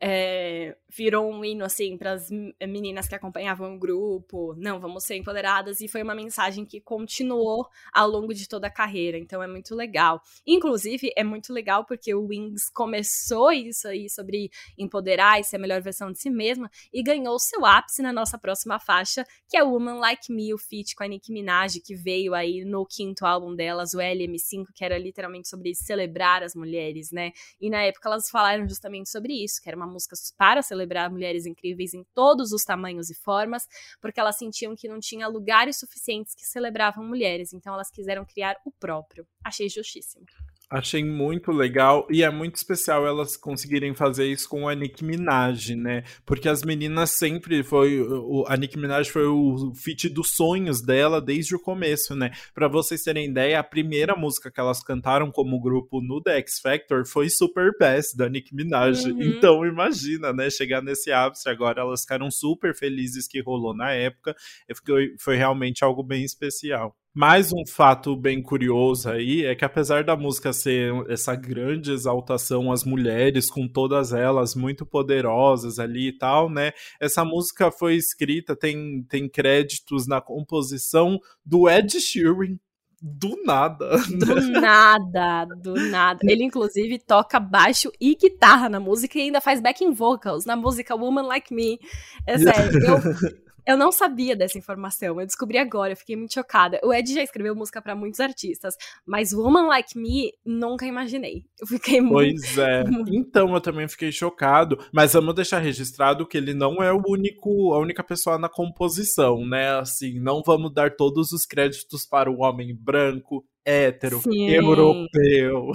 É, virou um hino, assim, para as meninas que acompanhavam o grupo. Não, vamos ser empoderadas. E foi uma mensagem que continuou ao longo de toda a carreira. Então, é muito legal. Inclusive, é muito legal porque o Wings começou isso aí sobre empoderar e ser a melhor versão de si mesma. E ganhou seu ápice na nossa próxima faixa, que é Woman Like Me, o feat com a Nicki Minaj, que veio aí no quinto álbum delas, o L M cinco, que era literalmente sobre celebrar as mulheres, né? E na época elas falaram justamente sobre isso, que era uma música para celebrar mulheres incríveis em todos os tamanhos e formas, porque elas sentiam que não tinha lugares suficientes que celebravam mulheres, então elas quiseram criar o próprio. Achei justíssimo. Achei muito legal e é muito especial elas conseguirem fazer isso com a Nicki Minaj, né? Porque as meninas sempre foi o, a Nicki Minaj foi o feat dos sonhos dela desde o começo, né? Pra vocês terem ideia, a primeira música que elas cantaram como grupo no The X Factor foi Super Bass da Nicki Minaj. Uhum. Então imagina, né? Chegar nesse ápice agora, elas ficaram super felizes que rolou na época. Foi, foi realmente algo bem especial. Mais um fato bem curioso aí é que apesar da música ser essa grande exaltação às mulheres, com todas elas muito poderosas ali e tal, né? Essa música foi escrita, tem, tem créditos na composição do Ed Sheeran. Do nada. Do nada, do nada. Ele, inclusive, toca baixo e guitarra na música e ainda faz backing vocals na música Woman Like Me. É sério, eu, eu não sabia dessa informação, eu descobri agora, eu fiquei muito chocada. O Ed já escreveu música pra muitos artistas, mas Woman Like Me, nunca imaginei. Eu fiquei muito... Pois é. Então, eu também fiquei chocado, mas vamos deixar registrado que ele não é o único, a única pessoa na composição, né? Assim, não vamos dar todos os créditos para o homem branco, hétero, Sim. europeu.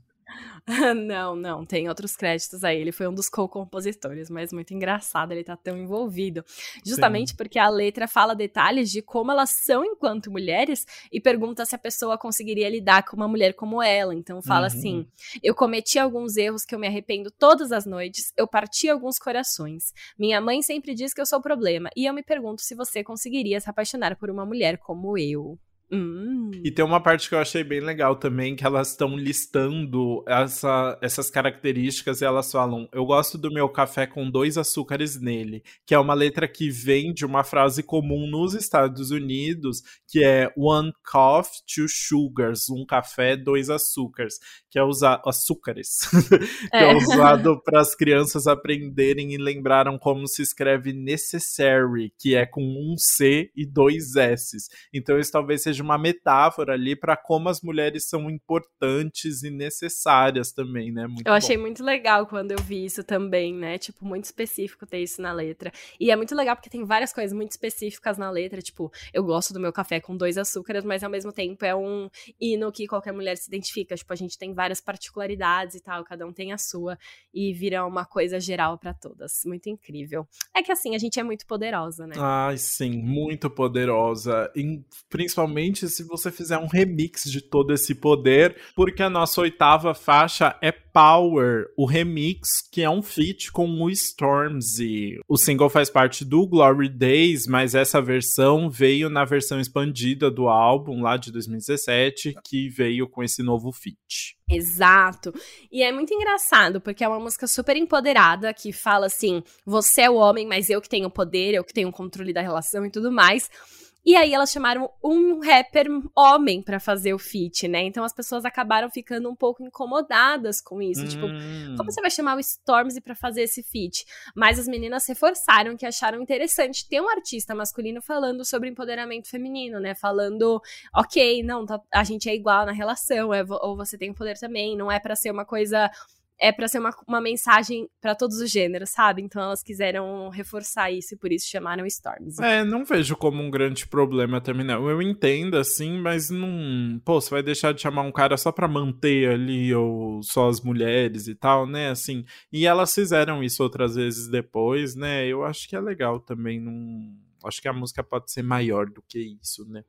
Não, não, tem outros créditos aí. Ele foi um dos co-compositores, mas muito engraçado ele tá tão envolvido. Justamente Sim. porque a letra fala detalhes de como elas são enquanto mulheres e pergunta se a pessoa conseguiria lidar com uma mulher como ela. Então fala uhum. assim, eu cometi alguns erros que eu me arrependo todas as noites, eu parti alguns corações. Minha mãe sempre diz que eu sou o problema e eu me pergunto se você conseguiria se apaixonar por uma mulher como eu. Hum. E tem uma parte que eu achei bem legal também, que elas estão listando essa, essas características e elas falam, eu gosto do meu café com dois açúcares nele, que é uma letra que vem de uma frase comum nos Estados Unidos, que é one coffee, two sugars, um café, dois açúcares, que é usado, açúcares, que é, é usado para as crianças aprenderem e lembraram como se escreve necessary, que é com um C e dois S's. Então isso talvez seja uma metáfora ali para como as mulheres são importantes e necessárias também, né? Muito eu bom. Achei muito legal quando eu vi isso também, né? Tipo, muito específico ter isso na letra. E é muito legal porque tem várias coisas muito específicas na letra, tipo, eu gosto do meu café com dois açúcares, mas ao mesmo tempo é um hino que qualquer mulher se identifica. Tipo, a gente tem várias particularidades e tal, cada um tem a sua e vira uma coisa geral para todas. Muito incrível. É que assim, a gente é muito poderosa, né? Ai, sim, muito poderosa. E, principalmente se você fizer um remix de todo esse poder, porque a nossa oitava faixa é Power, o remix, que é um feat com o Stormzy. O single faz parte do Glory Days, mas essa versão veio na versão expandida do álbum lá de dois mil e dezessete, que veio com esse novo feat. Exato. E é muito engraçado, porque é uma música super empoderada, que fala assim, você é o homem, mas eu que tenho poder, eu que tenho o controle da relação e tudo mais. E aí elas chamaram um rapper homem pra fazer o feat, né? Então as pessoas acabaram ficando um pouco incomodadas com isso. Hum. Tipo, como você vai chamar o Stormzy pra fazer esse feat? Mas as meninas reforçaram que acharam interessante ter um artista masculino falando sobre empoderamento feminino, né? Falando, ok, não, tá, a gente é igual na relação, é, ou você tem o poder também, não é pra ser uma coisa... É pra ser uma, uma mensagem pra todos os gêneros, sabe? Então elas quiseram reforçar isso e por isso chamaram Stormzy. É, não vejo como um grande problema também, não. Eu entendo, assim, mas não... Pô, você vai deixar de chamar um cara só pra manter ali ou só as mulheres e tal, né? Assim, e elas fizeram isso outras vezes depois, né? Eu acho que é legal também. Não... Acho que a música pode ser maior do que isso, né?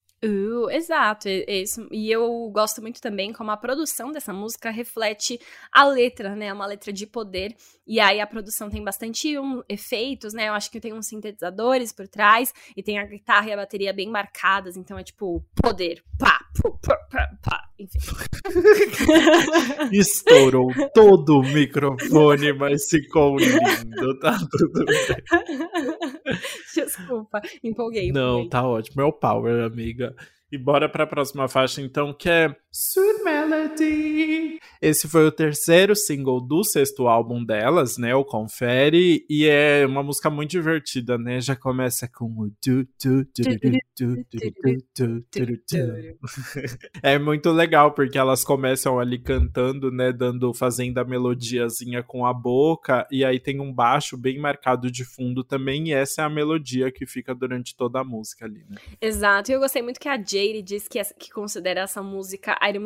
Uh, exato, é, é isso. E eu gosto muito também como a produção dessa música reflete a letra, né? É uma letra de poder. E aí a produção tem bastante um, efeitos, né? Eu acho que tem uns sintetizadores por trás e tem a guitarra e a bateria bem marcadas. Então é tipo poder, pá, pá, pá, pá, pá. Enfim. Estourou todo o microfone, mas ficou lindo, tá tudo bem. Desculpa, empolguei. Não, empolguei. tá ótimo, é o Power, amiga. E bora pra próxima faixa, então, que é Sweet Melody. Esse foi o terceiro single do sexto álbum delas, né, o Confere, e é uma música muito divertida, né, já começa com o du, du, du, du, du, du, du, du, du. É muito legal, porque elas começam ali cantando, né, dando, fazendo a melodiazinha com a boca, e aí tem um baixo bem marcado de fundo também, e essa é a melodia que fica durante toda a música ali, né. Exato, e eu gostei muito que a Jade diz que, que considera essa música a irmã mais velha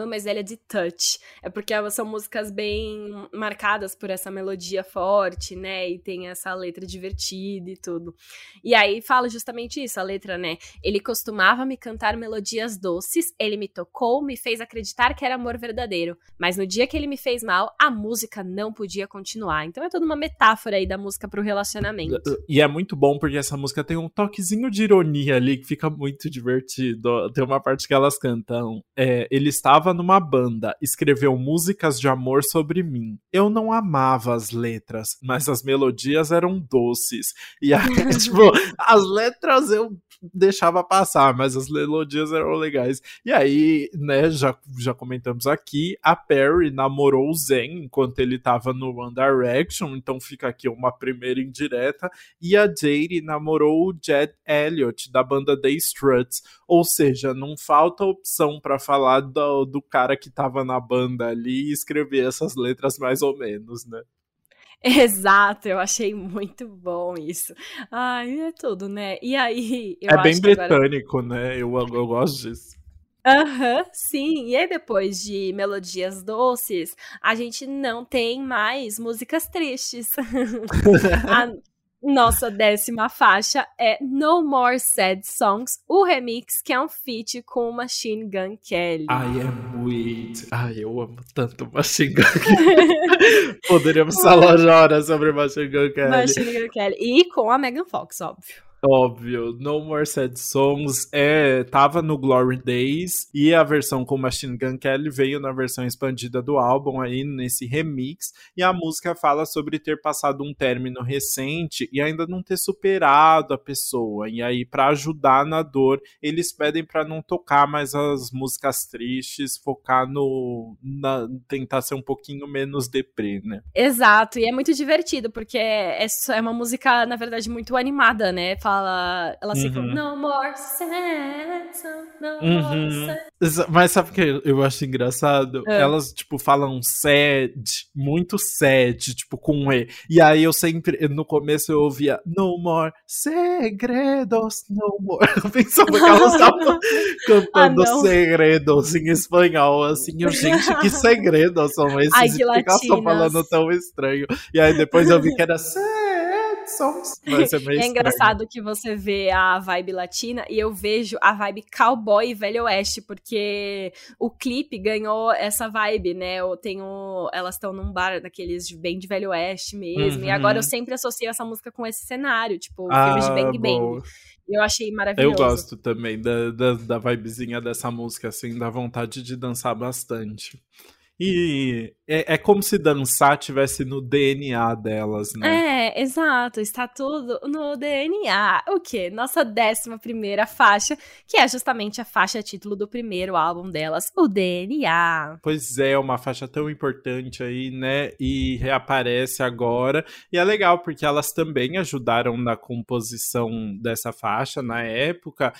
Bad Touch. É porque são músicas bem marcadas por essa melodia forte, né? E tem essa letra divertida e tudo. E aí fala justamente isso, a letra, né? Ele costumava me cantar melodias doces, ele me tocou, me fez acreditar que era amor verdadeiro. Mas no dia que ele me fez mal, a música não podia continuar. Então é toda uma metáfora aí da música pro relacionamento. E é muito bom porque essa música tem um toquezinho de ironia ali que fica muito divertido. Tem uma parte que elas cantam. É, ele estava numa banda, escreveu músicas de amor sobre mim. Eu não amava as letras, mas as melodias eram doces. E aí, tipo, as letras eu deixava passar, mas as melodias eram legais. E aí, né, já, já comentamos aqui, a Perry namorou o Zayn enquanto ele tava no One Direction, então fica aqui uma primeira indireta, e a Jade namorou o Jed Elliott, da banda The Struts, ou seja, não falta opção pra falar do, do cara que tava na banda ali e escrever essas letras mais ou menos, né? Exato, eu achei muito bom isso. Ai, é tudo, né? E aí, eu é acho bem que agora... britânico, né? Eu, eu gosto disso. Aham, uhum, sim. E aí, depois de melodias doces, a gente não tem mais músicas tristes. a nossa décima faixa é No More Sad Songs, o remix, que é um feat com Machine Gun Kelly. I am weak. Ai, eu amo tanto Machine Gun Kelly. Poderíamos falar horas sobre Machine Gun Kelly. Machine Gun Kelly. E com a Megan Fox, óbvio. Óbvio, No More Sad Songs é, tava no Glory Days e a versão com Machine Gun Kelly veio na versão expandida do álbum aí nesse remix, e a música fala sobre ter passado um término recente e ainda não ter superado a pessoa, e aí pra ajudar na dor eles pedem pra não tocar mais as músicas tristes, focar no na, tentar ser um pouquinho menos deprê, né? Exato, e é muito divertido porque é, é uma música na verdade muito animada, né? Fala, elas ficam, uhum. No more sad song, no uhum. more sad. Mas sabe o que eu acho engraçado? É. Elas, tipo, falam sad, muito sad, tipo, com E. E aí eu sempre, no começo eu ouvia no more segredos, no more. Eu pensava que elas estavam cantando ah, segredos em espanhol, assim. Eu, gente, que segredos são esses? Ai, que e ficar só falando tão estranho. E aí depois eu vi que era sad. Vai ser meio é engraçado que você vê a vibe latina e eu vejo a vibe cowboy e velho oeste, porque o clipe ganhou essa vibe, né? Eu tenho, elas estão num bar daqueles bem de velho oeste mesmo, uhum. E agora eu sempre associo essa música com esse cenário, tipo, ah, filmes de Bang Bang. Eu achei maravilhoso. Eu gosto também da, da, da vibezinha dessa música, assim, dá vontade de dançar bastante. E é, é como se dançar tivesse no D N A delas, né? É, exato, está tudo no D N A. O quê? Nossa décima primeira faixa, que é justamente a faixa título do primeiro álbum delas, o D N A. Pois é, uma faixa tão importante aí, né? E reaparece agora. E é legal, porque elas também ajudaram na composição dessa faixa na época.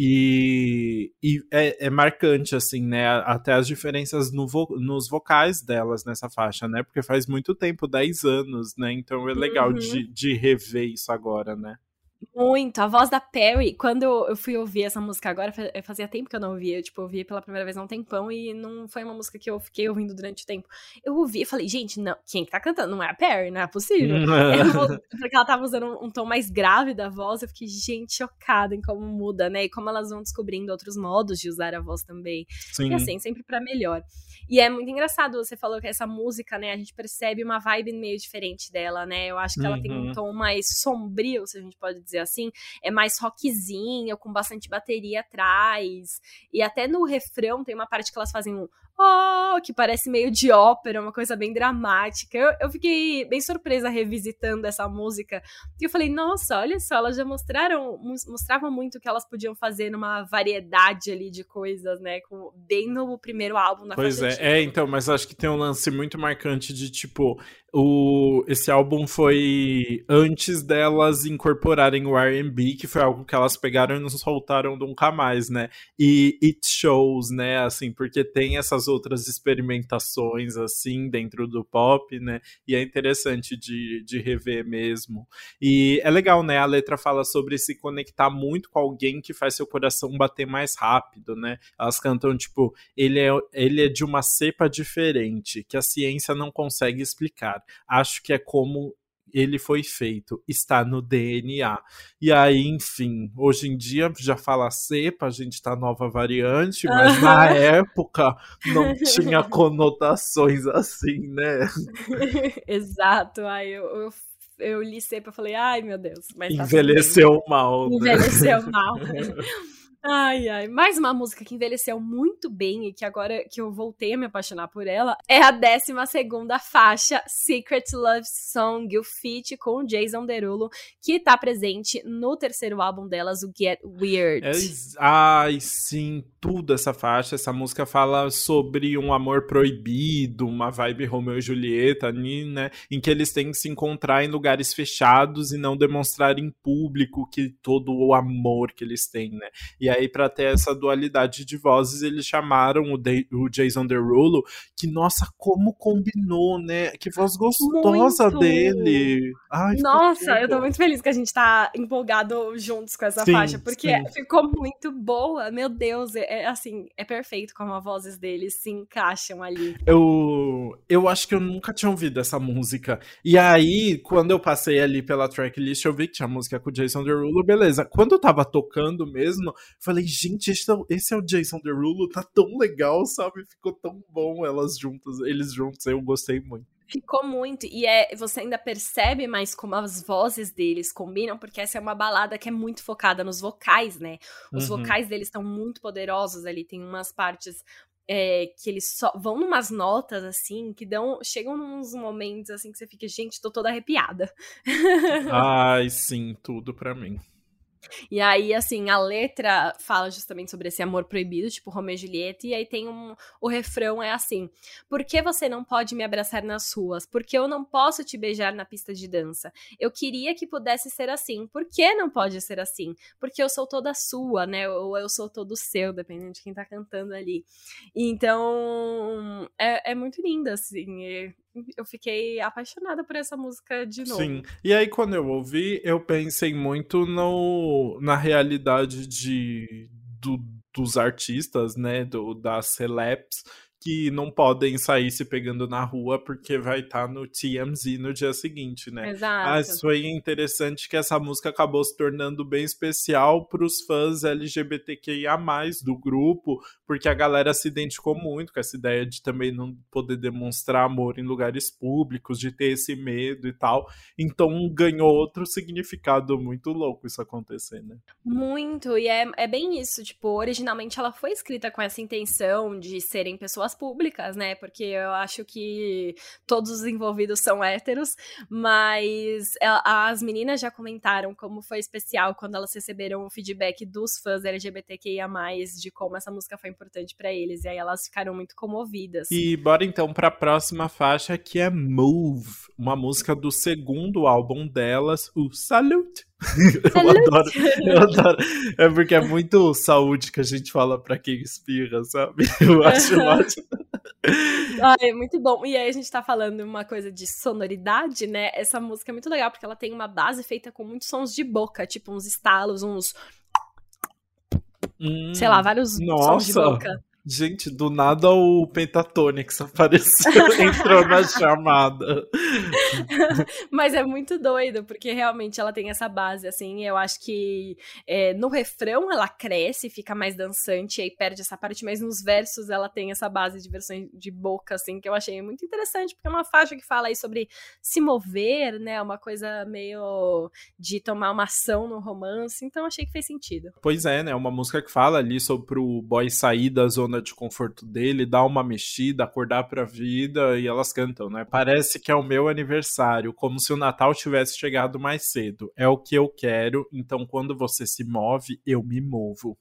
E, e é, é marcante, assim, né? Até as diferenças no vo- nos vocais delas nessa faixa, né? Porque faz muito tempo, dez anos, né? Então é legal uhum. de, de rever isso agora, né? Muito. A voz da Perry, quando eu fui ouvir essa música agora, fazia tempo que eu não ouvia, eu, tipo, ouvi pela primeira vez há um tempão e não foi uma música que eu fiquei ouvindo durante o tempo. Eu ouvi e falei, gente, não, quem que tá cantando? Não é a Perry, não é possível. eu, porque ela tava usando um, um tom mais grave da voz, eu fiquei, gente, chocada em como muda, né? E como elas vão descobrindo outros modos de usar a voz também. Sim. E assim, sempre pra melhor. E é muito engraçado, você falou que essa música, né, a gente percebe uma vibe meio diferente dela, né? Eu acho que ela uhum. tem um tom mais sombrio, se a gente pode dizer assim, é mais rockzinho, com bastante bateria atrás, e até no refrão tem uma parte que elas fazem um oh, que parece meio de ópera, uma coisa bem dramática. Eu, eu fiquei bem surpresa revisitando essa música, e eu falei, nossa, olha só, elas já mostraram, mostravam muito o que elas podiam fazer numa variedade ali de coisas, né, com, bem no primeiro álbum da Pois faixa é, é, então, mas acho que tem um lance muito marcante de, tipo, o, esse álbum foi antes delas incorporarem tem o R and B, que foi algo que elas pegaram e não soltaram nunca mais, né? E It Shows, né? Assim, porque tem essas outras experimentações, assim, dentro do pop, né? E é interessante de, de rever mesmo. E é legal, né? A letra fala sobre se conectar muito com alguém que faz seu coração bater mais rápido, né? Elas cantam, tipo, ele é, ele é de uma cepa diferente, que a ciência não consegue explicar. Acho que é como ele foi feito, está no D N A. E aí, enfim, hoje em dia já fala cepa, a gente tá nova variante, mas na época não tinha conotações assim, né? Exato, aí eu, eu, eu li cepa e falei, ai meu Deus, mas tá Envelheceu mal, né? Envelheceu mal. Ai, ai. Mais uma música que envelheceu muito bem e que agora que eu voltei a me apaixonar por ela é a décima segunda faixa, Secret Love Song, o feat com o Jason Derulo, que tá presente no terceiro álbum delas, o Get Weird. É, ai, sim, tudo essa faixa. Essa música fala sobre um amor proibido, uma vibe Romeu e Julieta, né? Em que eles têm que se encontrar em lugares fechados e não demonstrar em público que todo o amor que eles têm, né? E aí, pra ter essa dualidade de vozes, eles chamaram o, de- o Jason Derulo, que, nossa, como combinou, né? Que voz gostosa Muito! dele! Ai, ficou Nossa, eu tô tudo. muito feliz que a gente tá empolgado juntos com essa Sim, faixa, porque sim. ficou muito boa. Meu Deus, é, é assim, é perfeito como as vozes deles se encaixam ali. Eu, eu acho que eu nunca tinha ouvido essa música. E aí, quando eu passei ali pela tracklist, eu vi que tinha música com o Jason Derulo, beleza. Quando eu tava tocando mesmo, falei, gente, esse é, o- esse é o Jason Derulo, tá tão legal, sabe? Ficou tão bom elas juntas, eles juntos, eu gostei muito. Ficou muito, e é, você ainda percebe mais como as vozes deles combinam, porque essa é uma balada que é muito focada nos vocais, né? Os Uhum. vocais deles estão muito poderosos ali, tem umas partes é, que eles só vão numas notas, assim, que dão, chegam nos momentos, assim, que você fica, gente, tô toda arrepiada. Ai, sim, tudo pra mim. E aí, assim, a letra fala justamente sobre esse amor proibido, tipo Romeu e Julieta, e aí tem um... O refrão é assim: por que você não pode me abraçar nas ruas? Por que eu não posso te beijar na pista de dança? Eu queria que pudesse ser assim. Por que não pode ser assim? Porque eu sou toda sua, né? Ou eu sou todo seu, dependendo de quem tá cantando ali. Então, é, é muito linda, assim. e Eu fiquei apaixonada por essa música de novo. Sim. E aí, quando eu ouvi, eu pensei muito no, na realidade de, do- dos artistas, né? Do, das celebs, que não podem sair se pegando na rua porque vai estar no T M Z no dia seguinte, né? Exato. Mas foi interessante que essa música acabou se tornando bem especial para os fãs L G B T Q I A mais, do grupo, porque a galera se identificou muito com essa ideia de também não poder demonstrar amor em lugares públicos, de ter esse medo e tal. Então ganhou outro significado muito louco isso acontecer, né? Muito, e é, é bem isso, tipo, originalmente ela foi escrita com essa intenção de serem pessoas públicas, né, porque eu acho que todos os envolvidos são héteros, mas ela- as meninas já comentaram como foi especial quando elas receberam o feedback dos fãs L G B T Q I A mais, de como essa música foi importante pra eles, e aí elas ficaram muito comovidas. E bora então pra próxima faixa, que é Move, uma música do segundo álbum delas, o Salute. Eu adoro, eu adoro. É porque é muito saúde que a gente fala pra quem espirra, sabe? Eu acho ótimo. Ah, é muito bom. E aí a gente tá falando uma coisa de sonoridade, né? Essa música é muito legal, porque ela tem uma base feita com muitos sons de boca, tipo uns estalos, uns, Hum, sei lá, vários sons de nossa, boca. gente, do nada o Pentatonix apareceu, entrou na chamada. Mas é muito doido, porque realmente ela tem essa base, assim, eu acho que é, no refrão ela cresce, fica mais dançante, e aí perde essa parte, mas nos versos ela tem essa base de versões de boca, assim, que eu achei muito interessante, porque é uma faixa que fala aí sobre se mover, né, uma coisa meio de tomar uma ação no romance, então achei que fez sentido. Pois é, né? Uma música que fala ali sobre o boy sair da zona de conforto dele, dar uma mexida, acordar pra vida, e elas cantam, né? Parece que é o meu aniversário, como se o Natal tivesse chegado mais cedo. É o que eu quero, então quando você se move, eu me movo.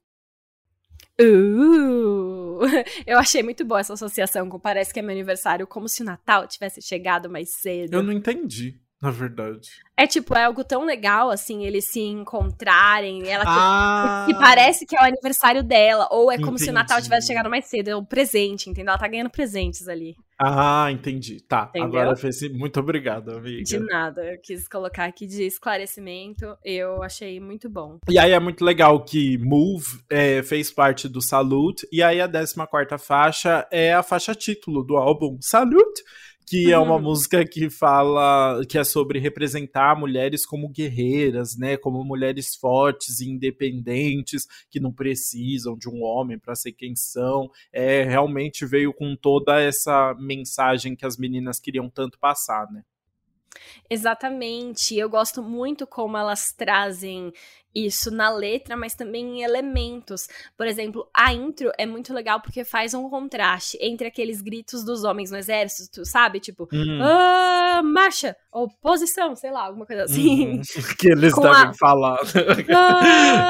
Uh! Eu achei muito boa essa associação com parece que é meu aniversário, como se o Natal tivesse chegado mais cedo. Eu não entendi. na verdade. É tipo, é algo tão legal, assim, eles se encontrarem, ela Ah, que parece que é o aniversário dela, ou é como entendi. se o Natal tivesse chegado mais cedo, é o presente, entendeu? Ela tá ganhando presentes ali. Ah, entendi. Tá, Entendeu? agora fez. Muito obrigado, De amiga. nada, eu quis colocar aqui de esclarecimento, eu achei muito bom. E aí é muito legal que Move é, fez parte do Salute, e aí a décima quarta faixa é a faixa título do álbum Salute, que é uma música que fala, que é sobre representar mulheres como guerreiras, né, como mulheres fortes e independentes, que não precisam de um homem para ser quem são. É, realmente veio com toda essa mensagem que as meninas queriam tanto passar, né. Exatamente, eu gosto muito como elas trazem isso na letra, mas também em elementos. Por exemplo, a intro é muito legal porque faz um contraste entre aqueles gritos dos homens no exército, sabe? Tipo, Hum, ah, marcha, ou posição, sei lá, alguma coisa uhum. assim. Que eles Com devem a... falar. Ah,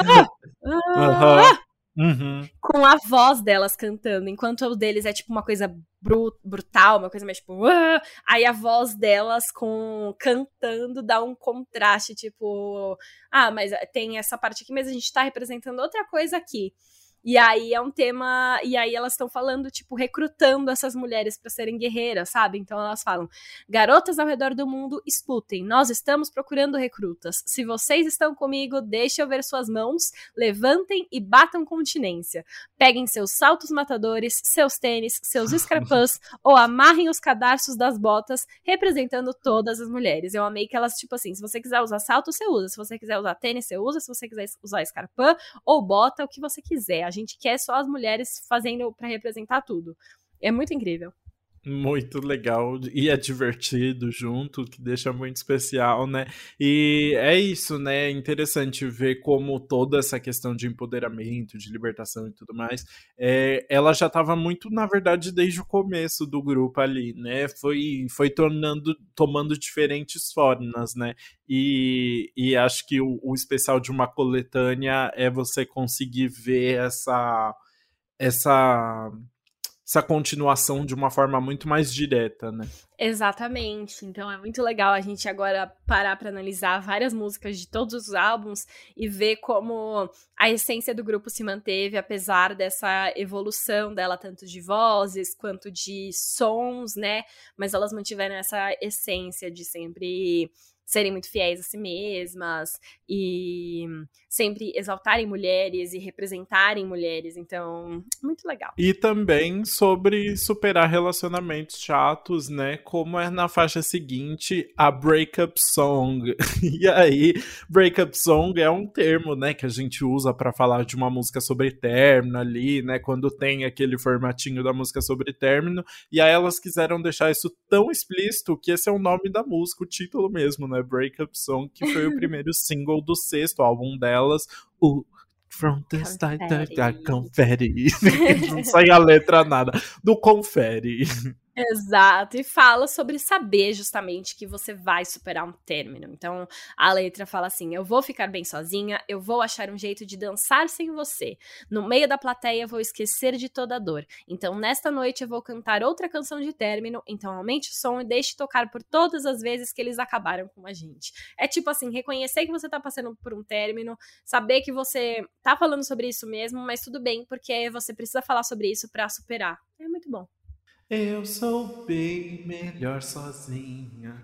Aham. ah, Uhum. com a voz delas cantando, enquanto o deles é tipo uma coisa bru- brutal, uma coisa mais tipo, "Ah", aí a voz delas com cantando dá um contraste, tipo, ah, mas tem essa parte aqui, mas a gente tá representando outra coisa aqui. E aí é um tema, e aí elas estão falando, tipo, recrutando essas mulheres para serem guerreiras, sabe? Então elas falam: garotas ao redor do mundo, escutem, nós estamos procurando recrutas. Se vocês estão comigo, deixe eu ver suas mãos, levantem e batam continência. Peguem seus saltos matadores, seus tênis, seus escarpãs, ou amarrem os cadarços das botas, representando todas as mulheres. Eu amei que elas, tipo assim, se você quiser usar salto, você usa. Se você quiser usar tênis, você usa. Se você quiser usar escarpã ou bota, o que você quiser. A gente quer só as mulheres fazendo pra representar tudo. É muito incrível. Muito legal e é divertido junto, que deixa muito especial, né? E é isso, né? É interessante ver como toda essa questão de empoderamento, de libertação e tudo mais, é, ela já estava muito, na verdade, desde o começo do grupo ali, né? Foi, foi tornando, tomando diferentes formas, né? E, e acho que o, o especial de uma coletânea é você conseguir ver essa, essa essa continuação de uma forma muito mais direta, né? Exatamente. Então é muito legal a gente agora parar para analisar várias músicas de todos os álbuns e ver como a essência do grupo se manteve, apesar dessa evolução dela, tanto de vozes quanto de sons, né? Mas elas mantiveram essa essência de sempre serem muito fiéis a si mesmas e sempre exaltarem mulheres e representarem mulheres. Então, muito legal. E também sobre superar relacionamentos chatos, né? Como é na faixa seguinte, a breakup song. E aí, breakup song é um termo, né, que a gente usa para falar de uma música sobre término ali, né? Quando tem aquele formatinho da música sobre término. E aí elas quiseram deixar isso tão explícito que esse é o nome da música, o título mesmo, né? Breakup Song, que foi o primeiro single do sexto álbum delas, o From the Start, Confetti. Não sai a letra nada. Do Confere. Exato, e fala sobre saber justamente que você vai superar um término. Então, a letra fala assim: eu vou ficar bem sozinha, eu vou achar um jeito de dançar sem você. No meio da plateia, vou esquecer de toda a dor. Então, nesta noite, eu vou cantar outra canção de término. Então, aumente o som e deixe tocar por todas as vezes que eles acabaram com a gente. É tipo assim, reconhecer que você tá passando por um término, saber que você tá falando sobre isso mesmo, mas tudo bem, porque você precisa falar sobre isso pra superar. É muito bom. Eu sou bem melhor sozinha.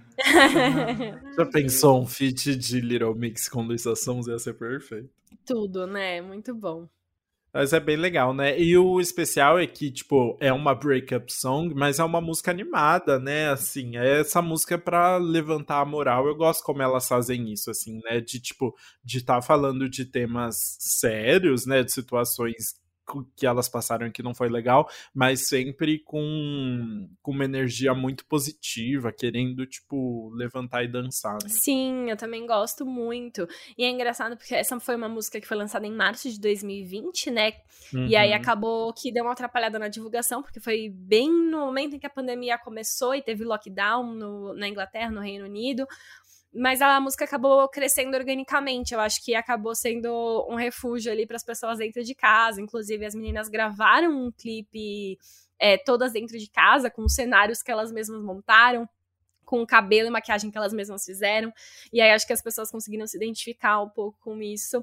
Já pensou um feat de Little Mix com Luísa Sons? Ia ser perfeito. Tudo, né? Muito bom. Mas é bem legal, né? E o especial é que, tipo, é uma breakup song, mas é uma música animada, né? Assim, é essa música pra levantar a moral. Eu gosto como elas fazem isso, assim, né? De, tipo, de estar tá falando de temas sérios, né? De situações que elas passaram que não foi legal, mas sempre com, com uma energia muito positiva, querendo, tipo, levantar e dançar, né? Sim, eu também gosto muito. E é engraçado porque essa foi uma música que foi lançada em março de dois mil e vinte, né? Uhum. E aí acabou que deu uma atrapalhada na divulgação, porque foi bem no momento em que a pandemia começou e teve lockdown no, na Inglaterra, no Reino Unido. Mas a música acabou crescendo organicamente. Eu acho que acabou sendo um refúgio ali para as pessoas dentro de casa. Inclusive, as meninas gravaram um clipe é, todas dentro de casa, com cenários que elas mesmas montaram, com o cabelo e maquiagem que elas mesmas fizeram. E aí acho que as pessoas conseguiram se identificar um pouco com isso.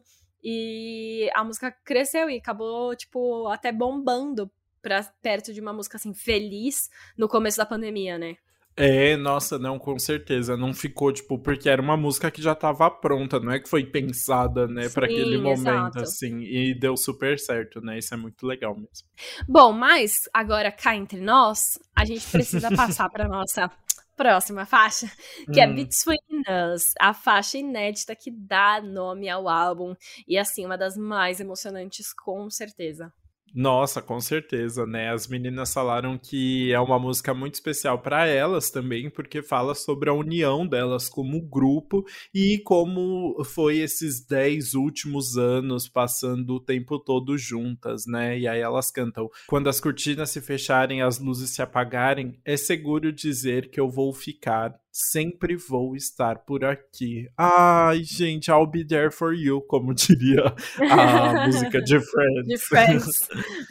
E a música cresceu e acabou, tipo, até bombando pra perto de uma música, assim, feliz no começo da pandemia, né? É, nossa, não, com certeza. Não ficou, tipo, porque era uma música que já tava pronta, não é que foi pensada, né, para aquele Sim, momento, exato. assim, e deu super certo, né? Isso é muito legal mesmo. Bom, mas agora cá entre nós, a gente precisa passar para nossa próxima faixa, que é Hum. Between Us, a faixa inédita que dá nome ao álbum e, assim, uma das mais emocionantes, com certeza. Nossa, com certeza, né? As meninas falaram que é uma música muito especial para elas também, porque fala sobre a união delas como grupo e como foi esses dez últimos anos passando o tempo todo juntas, né? E aí elas cantam: quando as cortinas se fecharem, as luzes se apagarem, é seguro dizer que eu vou ficar. Sempre vou estar por aqui. Ai, gente, I'll be there for you, como diria a música de Friends. De Friends.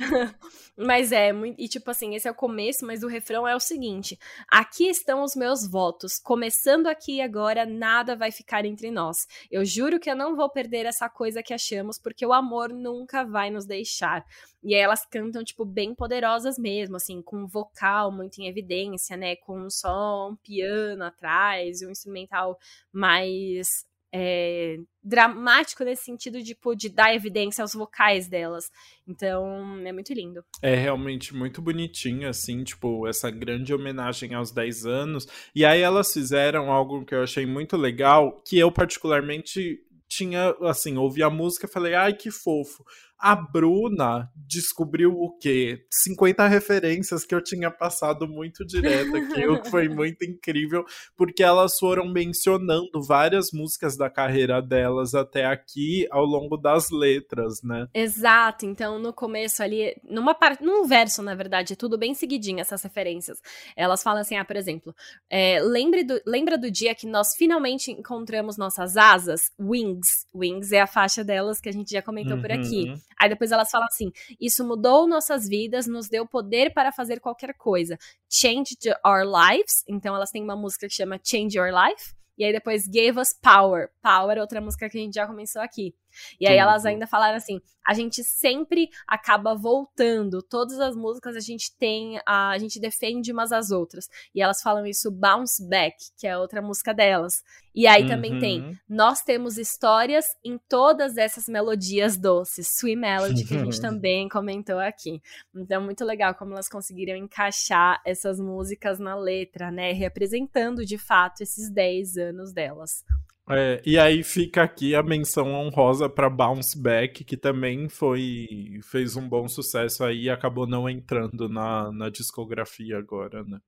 Mas é, muito, e tipo assim, esse é o começo, mas o refrão é o seguinte: aqui estão os meus votos, começando aqui e agora, nada vai ficar entre nós. Eu juro que eu não vou perder essa coisa que achamos, porque o amor nunca vai nos deixar. E aí elas cantam, tipo, bem poderosas mesmo, assim, com um vocal muito em evidência, né, com só um piano atrás e um instrumental mais... É, dramático nesse sentido, tipo, de dar evidência aos vocais delas. Então, é muito lindo. É realmente muito bonitinho, assim, tipo, essa grande homenagem aos dez anos. E aí elas fizeram algo que eu achei muito legal, que eu particularmente tinha, assim, ouvi a música e falei, ai, que fofo. A Bruna descobriu o quê? cinquenta referências que eu tinha passado muito direto aqui, o que foi muito incrível, porque elas foram mencionando várias músicas da carreira delas até aqui ao longo das letras, né? Exato, então no começo ali, numa parte, num verso, na verdade, é tudo bem seguidinho essas referências. Elas falam assim, ah, por exemplo, é, lembre do, lembra do dia que nós finalmente encontramos nossas asas? Wings. Wings é a faixa delas que a gente já comentou Uhum. por aqui. Aí depois elas falam assim, isso mudou nossas vidas, nos deu poder para fazer qualquer coisa. Changed our lives, então elas têm uma música que chama Change Your Life, e aí depois Gave Us Power. Power é outra música que a gente já começou aqui. E aí Tudo. Elas ainda falaram assim, a gente sempre acaba voltando, todas as músicas a gente tem, a, a gente defende umas às outras. E elas falam isso Bounce Back, que é outra música delas. E aí uhum. também tem, nós temos histórias em todas essas melodias doces, Sweet Melody, que a gente também comentou aqui. Então, muito legal como elas conseguiram encaixar essas músicas na letra, né, representando de fato esses dez anos delas. É, e aí fica aqui a menção honrosa para Bounce Back, que também foi fez um bom sucesso aí e acabou não entrando na, na discografia agora, né?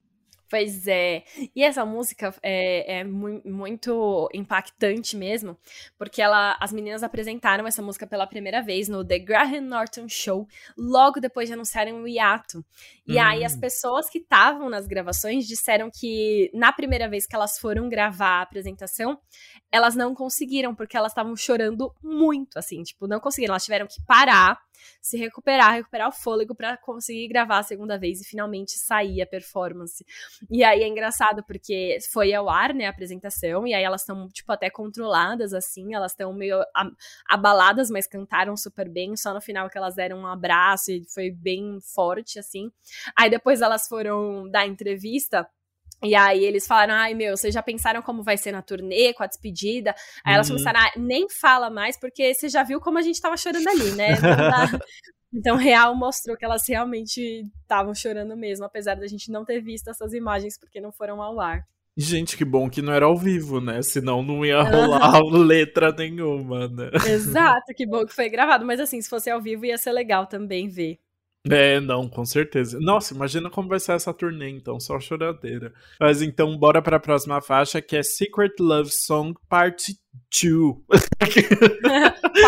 Pois é, e essa música é, é mu- muito impactante mesmo, porque ela, as meninas apresentaram essa música pela primeira vez no The Graham Norton Show, logo depois de anunciarem o hiato. E hum. aí as pessoas que estavam nas gravações disseram que na primeira vez que elas foram gravar a apresentação, elas não conseguiram, porque elas estavam chorando muito, assim, tipo, não conseguiram, elas tiveram que parar, se recuperar, recuperar o fôlego pra conseguir gravar a segunda vez e finalmente sair a performance. E aí é engraçado porque foi ao ar, né, a apresentação, e aí elas estão, tipo, até controladas, assim, elas estão meio abaladas, mas cantaram super bem, só no final que elas deram um abraço e foi bem forte, assim. Aí depois elas foram dar entrevista, e aí eles falaram, ai meu, vocês já pensaram como vai ser na turnê, com a despedida? Aí elas Uhum. começaram, ah, nem fala mais, porque você já viu como a gente tava chorando ali, né? Não dá... Então, real mostrou que elas realmente estavam chorando mesmo, apesar da gente não ter visto essas imagens, porque não foram ao ar. Gente, que bom que não era ao vivo, né? Senão não ia rolar letra nenhuma, né? Exato, que bom que foi gravado. Mas assim, se fosse ao vivo ia ser legal também ver. É, não, com certeza. Nossa, imagina como vai ser essa turnê, então, só choradeira. Mas então, bora pra próxima faixa, que é Secret Love Song Part dois.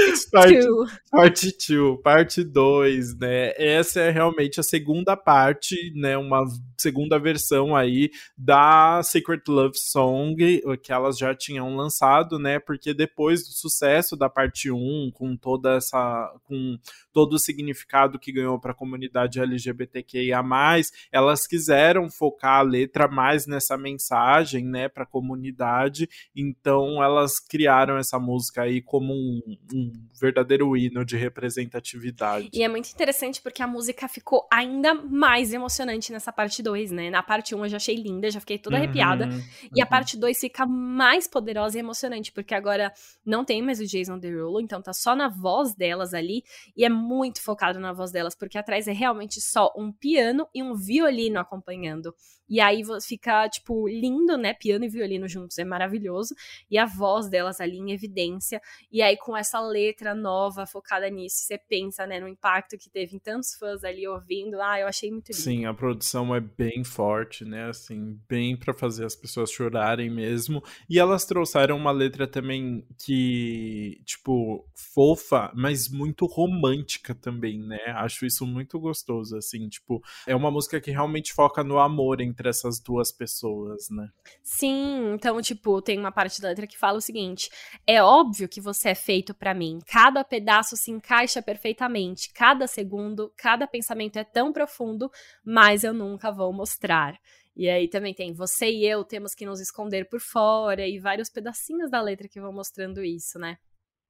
Parte dois. Parte dois, parte dois, né? Essa é realmente a segunda parte, né? Uma segunda versão aí da Secret Love Song, que elas já tinham lançado, né? Porque depois do sucesso da parte um, com toda essa, com todo o significado que ganhou para a comunidade L G B T Q I A mais, elas quiseram focar a letra mais nessa mensagem, né? Para a comunidade. Então elas criaram essa música aí como um, um verdadeiro hino de representatividade. E é muito interessante porque a música ficou ainda mais emocionante nessa parte dois, né? Na parte um eu já achei linda, já fiquei toda Uhum, arrepiada. uhum. E a parte dois fica mais poderosa e emocionante, porque agora não tem mais o Jason Derulo, então tá só na voz delas ali, e é muito focado na voz delas, porque atrás é realmente só um piano e um violino acompanhando. E aí fica, tipo, lindo, né? Piano e violino juntos, é maravilhoso. E a voz delas ali em evidência. E aí com essa letra nova, focada nisso, você pensa, né, no impacto que teve em tantos fãs ali ouvindo. Ah, eu achei muito lindo. Sim, a produção é bem forte, né? Assim, bem pra fazer as pessoas chorarem mesmo. E elas trouxeram uma letra também que, tipo, fofa, mas muito romântica também, né? Acho isso muito gostoso, assim, tipo, é uma música que realmente foca no amor entre essas duas pessoas, né? Sim, então, tipo, tem uma parte da letra que fala o seguinte: é óbvio que você é feito pra mim, cada pedaço se encaixa perfeitamente, cada segundo, cada pensamento é tão profundo, mas eu nunca vou mostrar. E aí também tem você e eu temos que nos esconder por fora, e vários pedacinhos da letra que vão mostrando isso, né?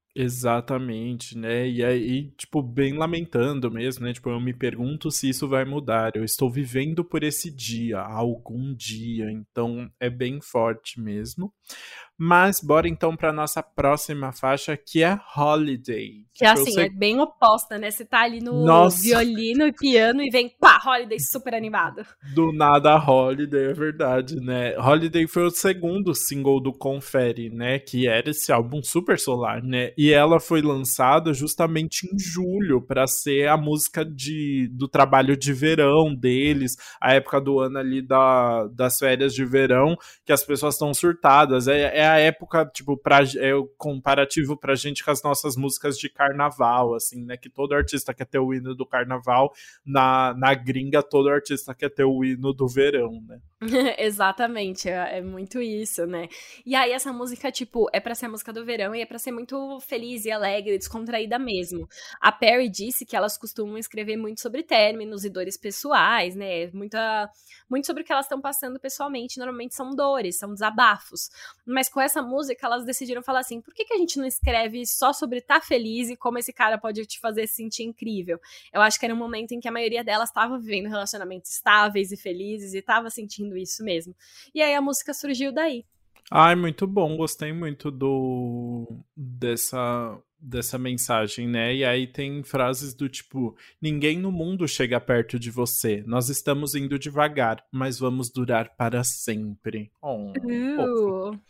Exatamente, né? E aí, tipo, bem lamentando mesmo, né? Tipo, eu me pergunto se isso vai mudar. Eu estou vivendo por esse dia, algum dia. Então, é bem forte mesmo. Mas bora então para nossa próxima faixa, que é Holiday. Que assim, seg... é bem oposta, né? Você tá ali no Nossa. violino e piano e vem, pá, Holiday super animado. Do nada Holiday, é verdade, né? Holiday foi o segundo single do Confere, né? Que era esse álbum super solar, né? E ela foi lançada justamente em julho para ser a música de, do trabalho de verão deles, a época do ano ali da, das férias de verão, que as pessoas estão surtadas. É, é a época, tipo, pra, é o comparativo pra gente com as nossas músicas de carnaval, assim, né? Que todo artista quer ter o hino do carnaval, na, na gringa todo artista quer ter o hino do verão, né? Exatamente, é, é muito isso, né? E aí essa música, tipo, é pra ser a música do verão e é pra ser muito feliz e alegre, descontraída mesmo. A Perry disse que elas costumam escrever muito sobre términos e dores pessoais, né? Muita, muito sobre o que elas estão passando pessoalmente, normalmente são dores, são desabafos. Mas com essa música, elas decidiram falar assim, por que, que a gente não escreve só sobre estar feliz e como esse cara pode te fazer se sentir incrível? Eu acho que era um momento em que a maioria delas estava vivendo relacionamentos estáveis e felizes e estava sentindo isso mesmo. E aí a música surgiu daí. Ai, muito bom, gostei muito do dessa dessa mensagem, né? E aí tem frases do tipo, ninguém no mundo chega perto de você, nós estamos indo devagar, mas vamos durar para sempre. Oh, uh.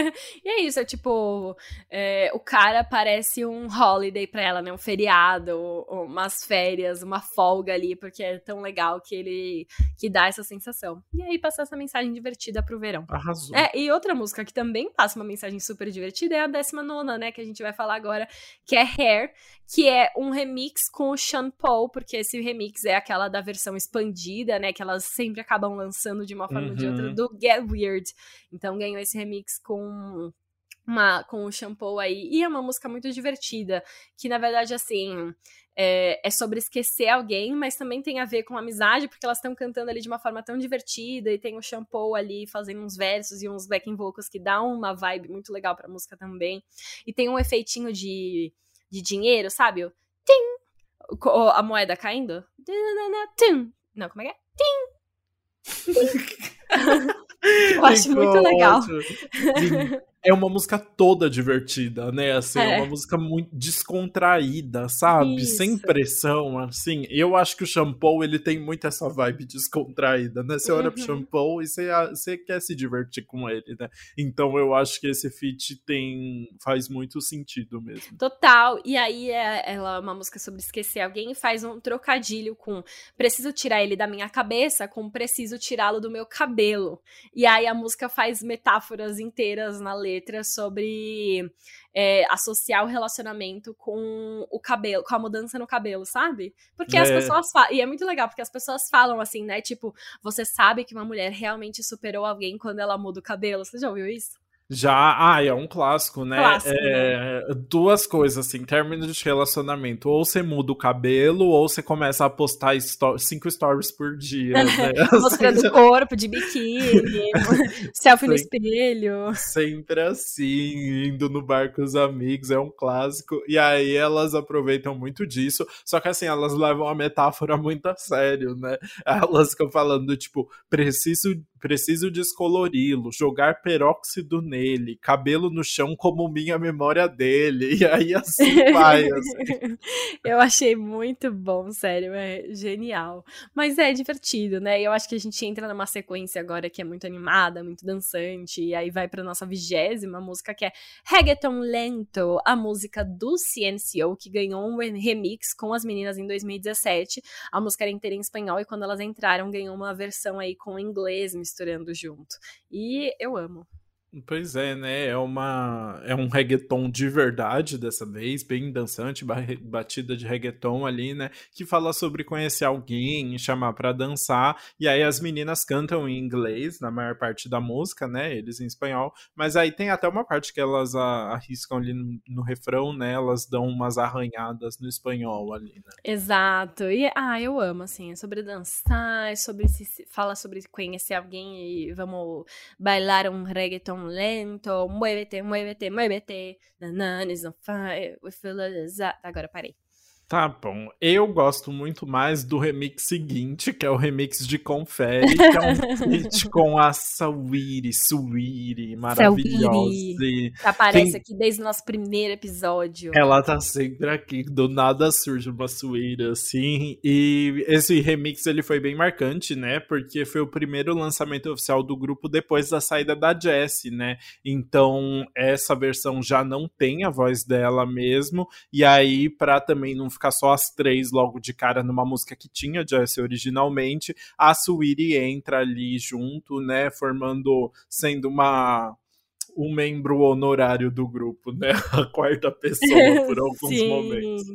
E é isso, é tipo, é, o cara parece um holiday pra ela, né? Um feriado, umas férias, uma folga ali, porque é tão legal que ele que dá essa sensação. E aí passa essa mensagem divertida pro verão. Arrasou. É, e outra música que também passa uma mensagem super divertida é a décima nona, né? Que a gente vai falar agora, que é Hair, que é um remix com o Sean Paul, porque esse remix é aquela da versão expandida, né? Que elas sempre acabam lançando de uma forma Uhum. ou de outra, do Get Weird. Então ganhou esse remix com, uma, com o Sean Paul aí. E é uma música muito divertida, que na verdade, assim, é, é sobre esquecer alguém, mas também tem a ver com amizade, porque elas estão cantando ali de uma forma tão divertida, e tem o Sean Paul ali fazendo uns versos e uns backing vocals que dá uma vibe muito legal pra música também. E tem um efeitinho de, de dinheiro, sabe? O tim! A moeda caindo. Não, como é que é? Tim! Eu acho Ficou muito legal. É uma música toda divertida, né? Assim, é, é uma música muito descontraída, sabe? Isso. Sem pressão, assim. Eu acho que o Sean Paul, ele tem muito essa vibe descontraída, né? Você olha uhum. pro Sean Paul e você, você quer se divertir com ele, né? Então eu acho que esse feat tem, faz muito sentido mesmo. Total. E aí é, ela é uma música sobre esquecer alguém e faz um trocadilho com preciso tirar ele da minha cabeça com preciso tirá-lo do meu cabelo. E aí a música faz metáforas inteiras na letra letra sobre é, associar o relacionamento com o cabelo, com a mudança no cabelo, sabe? Porque é. as pessoas falam, e é muito legal, porque as pessoas falam assim, né, tipo, você sabe que uma mulher realmente superou alguém quando ela muda o cabelo, você já ouviu isso? Já, ah, é um clássico, né? Clássico, é, né? Duas coisas, assim, términos de relacionamento. Ou você muda o cabelo, ou você começa a postar sto- cinco stories por dia, né? Mostrando o corpo de biquíni, selfie no espelho. Sempre assim, indo no bar com os amigos, é um clássico. E aí elas aproveitam muito disso, só que assim, elas levam a metáfora muito a sério, né? Elas ficam falando, tipo, preciso... Preciso descolori-lo, jogar peróxido nele, cabelo no chão como minha memória dele. E aí assim vai. Assim. Eu achei muito bom, sério, é genial. Mas é divertido, né? E eu acho que a gente entra numa sequência agora que é muito animada, muito dançante. E aí vai pra nossa vigésima música, que é Reggaeton Lento, a música do C N C O, que ganhou um remix com as meninas em dois mil e dezessete. A música era inteira em espanhol e quando elas entraram ganhou uma versão aí com inglês misturando junto. E eu amo. Pois é, né? É, uma, é um reggaeton de verdade dessa vez, bem dançante, batida de reggaeton ali, né? Que fala sobre conhecer alguém, chamar pra dançar. E aí as meninas cantam em inglês, na maior parte da música, né? Eles em espanhol. Mas aí tem até uma parte que elas arriscam ali no, no refrão, né? Elas dão umas arranhadas no espanhol ali, né? Exato. E, ah, eu amo, assim. É sobre dançar, é sobre se, fala sobre conhecer alguém e vamos bailar um reggaeton lento, muévete, muévete, muévete, the nun is on fire, we feel it. Agora parei. Tá bom, eu gosto muito mais do remix seguinte, que é o remix de Confere, que é um feat com a Saweetie, Saweetie, maravilhosa. Que aparece Quem... aqui desde o nosso primeiro episódio. Ela tá sempre aqui, do nada surge uma Saweetie, assim, e esse remix ele foi bem marcante, né, porque foi o primeiro lançamento oficial do grupo depois da saída da Jessie, né, então essa versão já não tem a voz dela mesmo, e aí pra também não ficar só as três logo de cara numa música que tinha Jessie originalmente, a Saweetie entra ali junto, né, formando, sendo uma um membro honorário do grupo, né, a quarta pessoa por alguns Sim. momentos.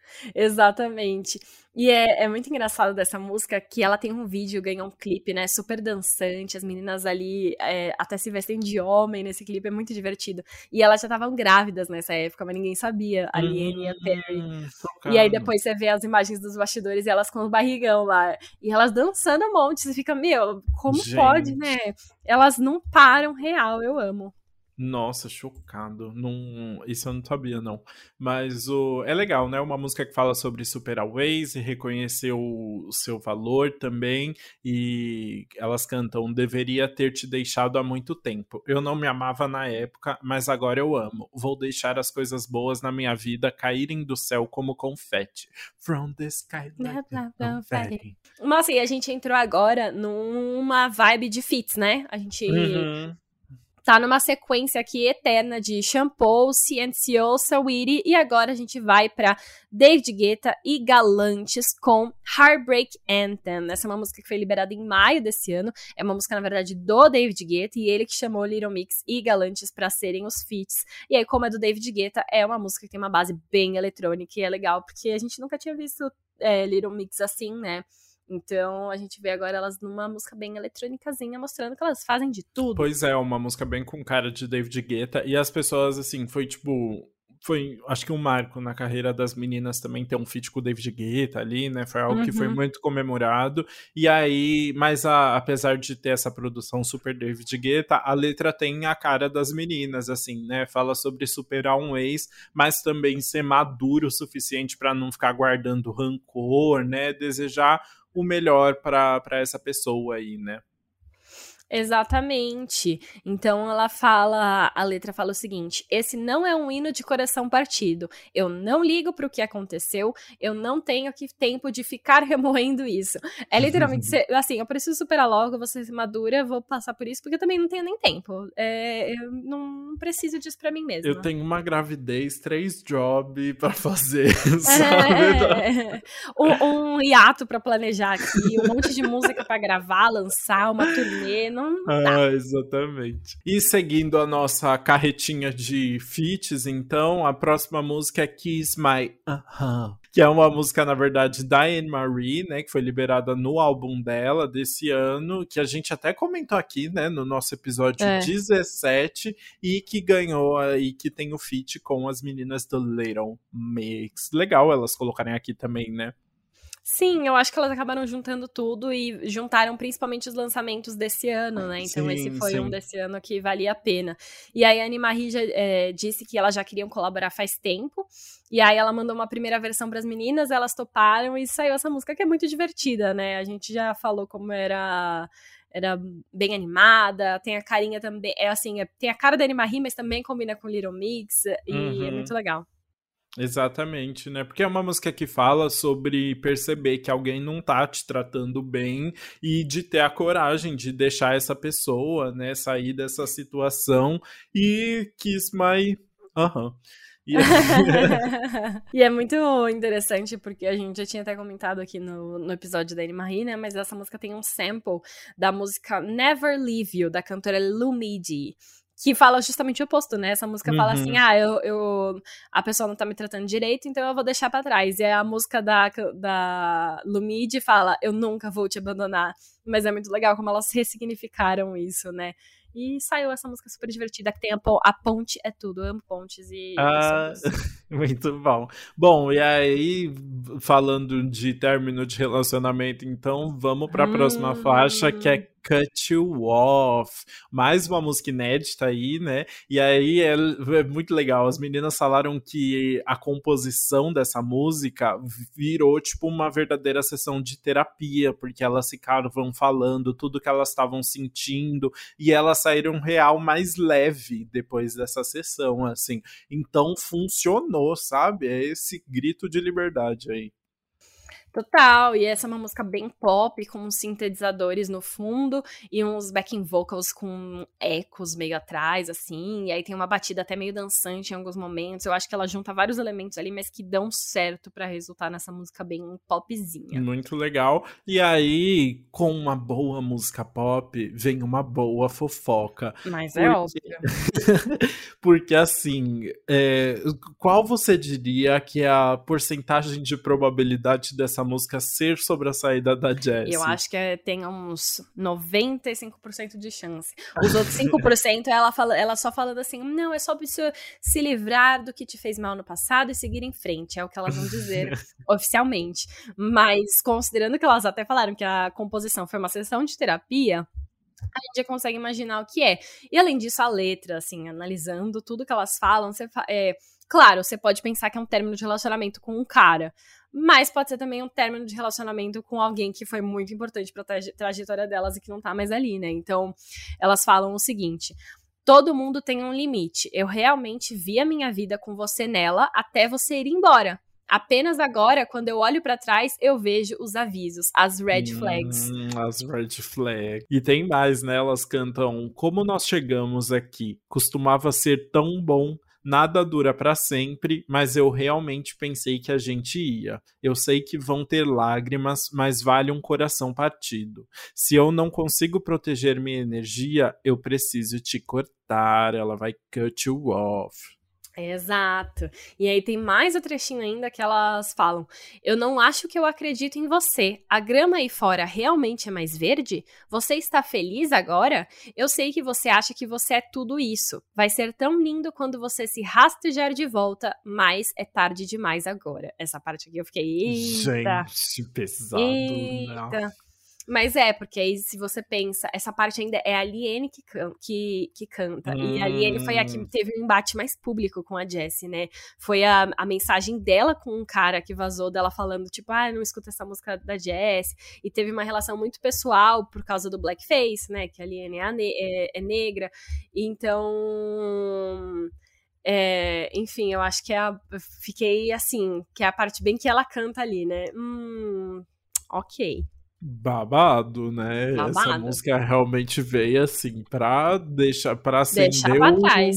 Exatamente. E é, é muito engraçado dessa música que ela tem um vídeo, ganha um clipe, né, super dançante, as meninas ali é, até se vestem de homem nesse clipe, é muito divertido. E elas já estavam grávidas nessa época, mas ninguém sabia, a Liane hum, e a Terry. Tocando. E aí depois você vê as imagens dos bastidores e elas com o barrigão lá, e elas dançando um monte, você fica, meu, como Gente. pode, né? Elas não param real, eu amo. Nossa, chocado. Não, isso eu não sabia, não. Mas o, é legal, né? Uma música que fala sobre superar o ex e reconhecer o, o seu valor também. E elas cantam, deveria ter te deixado há muito tempo. Eu não me amava na época, mas agora eu amo. Vou deixar as coisas boas na minha vida caírem do céu como confete. From the sky like confetti. Nossa, e a gente entrou agora numa vibe de feats, né? A gente... Uhum. Tá numa sequência aqui eterna de Shampoo, C N C O, Saweetie, e agora a gente vai pra David Guetta e Galantis com Heartbreak Anthem. Essa é uma música que foi liberada em maio desse ano, é uma música, na verdade, do David Guetta, e ele que chamou Little Mix e Galantis pra serem os feats. E aí, como é do David Guetta, é uma música que tem uma base bem eletrônica, e é legal, porque a gente nunca tinha visto é, Little Mix assim, né? Então, a gente vê agora elas numa música bem eletrônicazinha, mostrando que elas fazem de tudo. Pois é, uma música bem com cara de David Guetta. E as pessoas, assim, foi tipo... Foi, acho que um marco na carreira das meninas também ter um feat com o David Guetta ali, né? Foi algo uhum. que foi muito comemorado. E aí, mas a, apesar de ter essa produção super David Guetta, a letra tem a cara das meninas, assim, né? Fala sobre superar um ex, mas também ser maduro o suficiente para não ficar guardando rancor, né? Desejar o melhor para essa pessoa aí, né? Exatamente. Então ela fala, a letra fala o seguinte: esse não é um hino de coração partido. Eu não ligo pro que aconteceu, eu não tenho que tempo de ficar remoendo isso. É literalmente, assim, eu preciso superar logo, vou ser madura, vou passar por isso, porque eu também não tenho nem tempo. É, eu não preciso disso pra mim mesma. Eu tenho uma gravidez, três jobs pra fazer, sabe? É, um, um hiato pra planejar aqui, um monte de música pra gravar, lançar, uma turnê, não não dá. Ah, exatamente. E seguindo a nossa carretinha de feats, então, a próxima música é Kiss My Uh-huh, que é uma música, na verdade, da Anne-Marie, né, que foi liberada no álbum dela desse ano, que a gente até comentou aqui, né, no nosso episódio É. dezessete, e que ganhou aí, que tem o feat com as meninas do Little Mix. Legal elas colocarem aqui também, né? Sim, eu acho que elas acabaram juntando tudo e juntaram principalmente os lançamentos desse ano, né? Então Sim, esse foi sim. um desse ano que valia a pena. E aí a Anne-Marie já é, disse que elas já queriam colaborar faz tempo. E aí ela mandou uma primeira versão para as meninas, elas toparam e saiu essa música que é muito divertida, né? A gente já falou como era... Era bem animada, tem a carinha também... É assim, é, tem a cara da Anne-Marie, mas também combina com Little Mix. E Uhum. é muito legal. Exatamente, né? Porque é uma música que fala sobre perceber que alguém não tá te tratando bem e de ter a coragem de deixar essa pessoa, né, sair dessa situação e Kiss My... Aham. E... e é muito interessante porque a gente já tinha até comentado aqui no, no episódio da Anne-Marie, né? Mas essa música tem um sample da música Never Leave You, da cantora Lumidee, que fala justamente o oposto, né? Essa música uhum. fala assim, ah, eu, eu, a pessoa não tá me tratando direito, então eu vou deixar pra trás. E a música da, da Lumidee fala, eu nunca vou te abandonar. Mas é muito legal como elas ressignificaram isso, né? E saiu essa música super divertida, que tem a, po- a ponte é tudo, eu amo pontes e... Ah, muito bom. Bom, e aí, falando de término de relacionamento, então vamos pra hum... próxima faixa, que é Cut You Off. Mais uma música inédita aí, né? E aí é, é muito legal. As meninas falaram que a composição dessa música virou tipo uma verdadeira sessão de terapia, porque elas ficaram falando tudo que elas estavam sentindo e elas saíram real mais leve depois dessa sessão, assim. Então funcionou, sabe? É esse grito de liberdade aí. Total, e essa é uma música bem pop, com uns sintetizadores no fundo e uns backing vocals com ecos meio atrás, assim, e aí tem uma batida até meio dançante em alguns momentos. Eu acho que ela junta vários elementos ali, mas que dão certo pra resultar nessa música bem popzinha. Muito legal. E aí, com uma boa música pop, vem uma boa fofoca. Mas porque... é óbvio. Porque, assim, é... qual você diria que é a porcentagem de probabilidade dessa música ser sobre a saída da Jessie? Eu acho que é, tem uns noventa e cinco por cento de chance. Os outros cinco por cento ela, fala, ela só falando assim, não, é só pra você se livrar do que te fez mal no passado e seguir em frente, é o que elas vão dizer oficialmente. Mas considerando que elas até falaram que a composição foi uma sessão de terapia, a gente já consegue imaginar o que é. E além disso, a letra, assim, analisando tudo que elas falam, você fa- é, claro, você pode pensar que é um término de relacionamento com um cara, mas pode ser também um término de relacionamento com alguém que foi muito importante pra traje- trajetória delas e que não tá mais ali, né? Então, elas falam o seguinte: todo mundo tem um limite. Eu realmente vi a minha vida com você nela até você ir embora. Apenas agora, quando eu olho pra trás, eu vejo os avisos, as red flags. Hum, as red flags. E tem mais, né? Elas cantam: como nós chegamos aqui, costumava ser tão bom. Nada dura pra sempre, mas eu realmente pensei que a gente ia. Eu sei que vão ter lágrimas, mas vale um coração partido. Se eu não consigo proteger minha energia, eu preciso te cortar. Ela vai cut you off. Exato. E aí tem mais um trechinho ainda que elas falam: eu não acho que eu acredito em você. A grama aí fora realmente é mais verde? Você está feliz agora? Eu sei que você acha que você é tudo isso. Vai ser tão lindo quando você se rastejar de volta, mas é tarde demais agora. Essa parte aqui eu fiquei, eita. Gente, pesado, eita. Né? Mas é, porque aí se você pensa, essa parte ainda é a Liene que, can- que, que canta. Hum. E a Liene foi a que teve um embate mais público com a Jessie, né? Foi a, a mensagem dela com um cara que vazou dela falando, tipo, ah, não escuta essa música da Jessie. E teve uma relação muito pessoal por causa do blackface, né? Que a Liene é, a ne- é, é negra. Então... É, enfim, eu acho que é a, eu fiquei assim, que é a parte bem que ela canta ali, né? Hum, ok. Babado, né? Babado. Essa música realmente veio assim pra deixar, pra acender Deixar pra o, trás.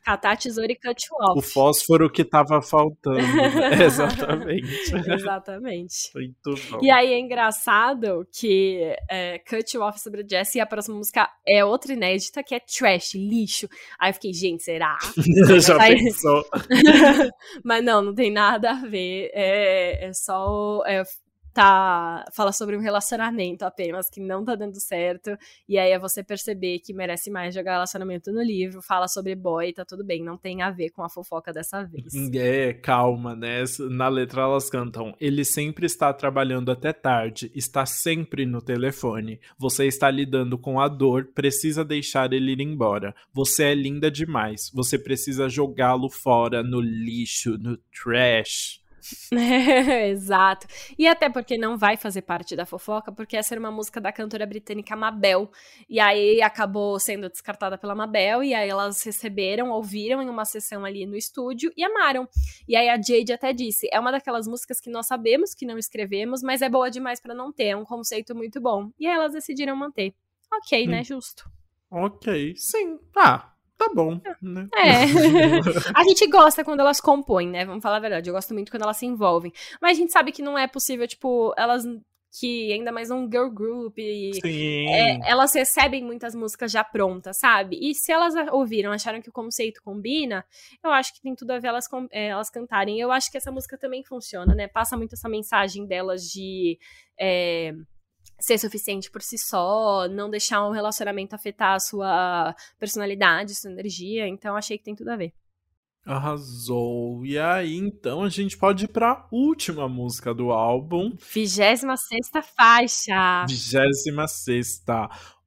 Catar a tesoura e cut off. O fósforo que tava faltando. Né? Exatamente. Exatamente. Muito bom. E aí é engraçado que é, cut off sobre a Jessie, e a próxima música é outra inédita, que é trash, lixo. Aí eu fiquei, gente, será? Já aí... pensou? Mas não, não tem nada a ver. É, é só... É, tá, fala sobre um relacionamento apenas que não tá dando certo, e aí é você perceber que merece mais jogar relacionamento no livro, fala sobre boy, tá tudo bem, não tem a ver com a fofoca dessa vez. É, calma, né? Na letra elas cantam: ele sempre está trabalhando até tarde, está sempre no telefone, você está lidando com a dor, precisa deixar ele ir embora, você é linda demais, você precisa jogá-lo fora no lixo, no trash. É, exato. E até porque não vai fazer parte da fofoca, porque essa era uma música da cantora britânica Mabel. E aí acabou sendo descartada pela Mabel, e aí elas receberam, ouviram em uma sessão ali no estúdio e amaram. E aí a Jade até disse, é uma daquelas músicas que nós sabemos que não escrevemos, mas é boa demais pra não ter, é um conceito muito bom. E aí elas decidiram manter. Ok, hum. né? Justo. Ok, sim. Ah, tá bom, né? É. A gente gosta quando elas compõem, né? Vamos falar a verdade. Eu gosto muito quando elas se envolvem. Mas a gente sabe que não é possível, tipo, elas... que ainda mais um girl group, e, é, elas recebem muitas músicas já prontas, sabe? E se elas ouviram, acharam que o conceito combina, eu acho que tem tudo a ver elas, é, elas cantarem. Eu acho que essa música também funciona, né? Passa muito essa mensagem delas de... É, ser suficiente por si só, não deixar um relacionamento afetar a sua personalidade, sua energia, então achei que tem tudo a ver. Arrasou. E aí, então, a gente pode ir pra última música do álbum. Vigésima sexta faixa. Vigésima sexta.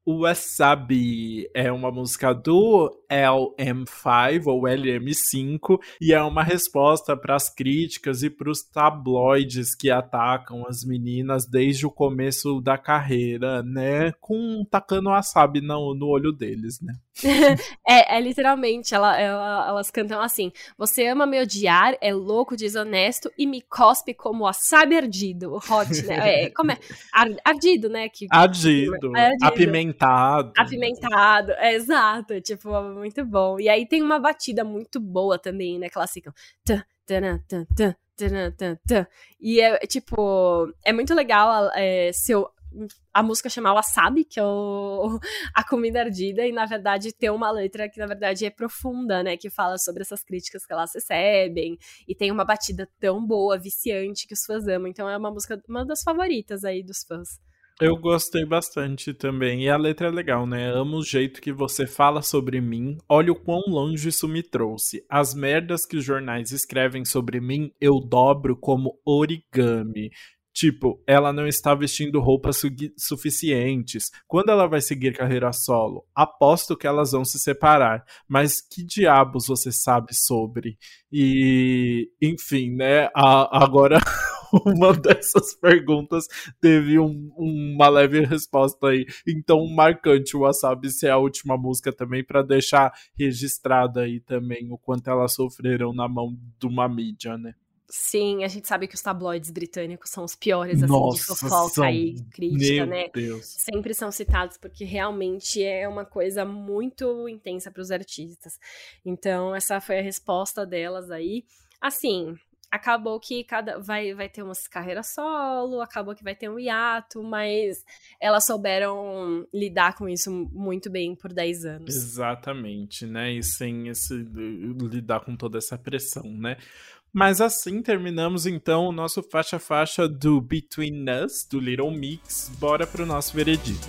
Wasabi é uma música do L M cinco ou L M cinco e é uma resposta para as críticas e para os tabloides que atacam as meninas desde o começo da carreira, né? Com tacando wasabi no, no olho deles, né? é, é literalmente, ela, ela, elas cantam assim: você ama me odiar, é louco, desonesto e me cospe como wasabi ardido. Hot, né? É, como é? Ardido, né? Que, ardido. É ardido. Apimentado. Apimentado, é exato. Tipo, muito bom. E aí tem uma batida muito boa também, né? Que elas ficam. E é tipo, é muito legal é, seu. A música chamar wasabi, que é o, a comida ardida, e na verdade ter uma letra que na verdade é profunda, né, que fala sobre essas críticas que elas recebem, e tem uma batida tão boa, viciante, que os fãs amam, então é uma música, uma das favoritas aí dos fãs. Eu gostei bastante também, e a letra é legal, né? Amo o jeito que você fala sobre mim, olha o quão longe isso me trouxe. As merdas que os jornais escrevem sobre mim, eu dobro como origami. Tipo, ela não está vestindo roupas su- suficientes. Quando ela vai seguir carreira solo? Aposto que elas vão se separar. Mas que diabos você sabe sobre? E, enfim, né? A, agora, uma dessas perguntas teve um, uma leve resposta aí. Então, marcante o Wasabi ser a última música também, para deixar registrada aí também o quanto elas sofreram na mão de uma mídia, né? Sim, a gente sabe que os tabloides britânicos são os piores, assim, Nossa, de fofoca são... e crítica, Meu né? Deus. Sempre são citados porque realmente é uma coisa muito intensa para os artistas. Então, essa foi a resposta delas aí. Assim, acabou que cada vai, vai ter uma carreira solo, acabou que vai ter um hiato, mas elas souberam lidar com isso muito bem por dez anos. Exatamente, né? E sem esse lidar com toda essa pressão, né? Mas assim terminamos então o nosso faixa-faixa do Between Us, do Little Mix. Bora pro nosso veredito.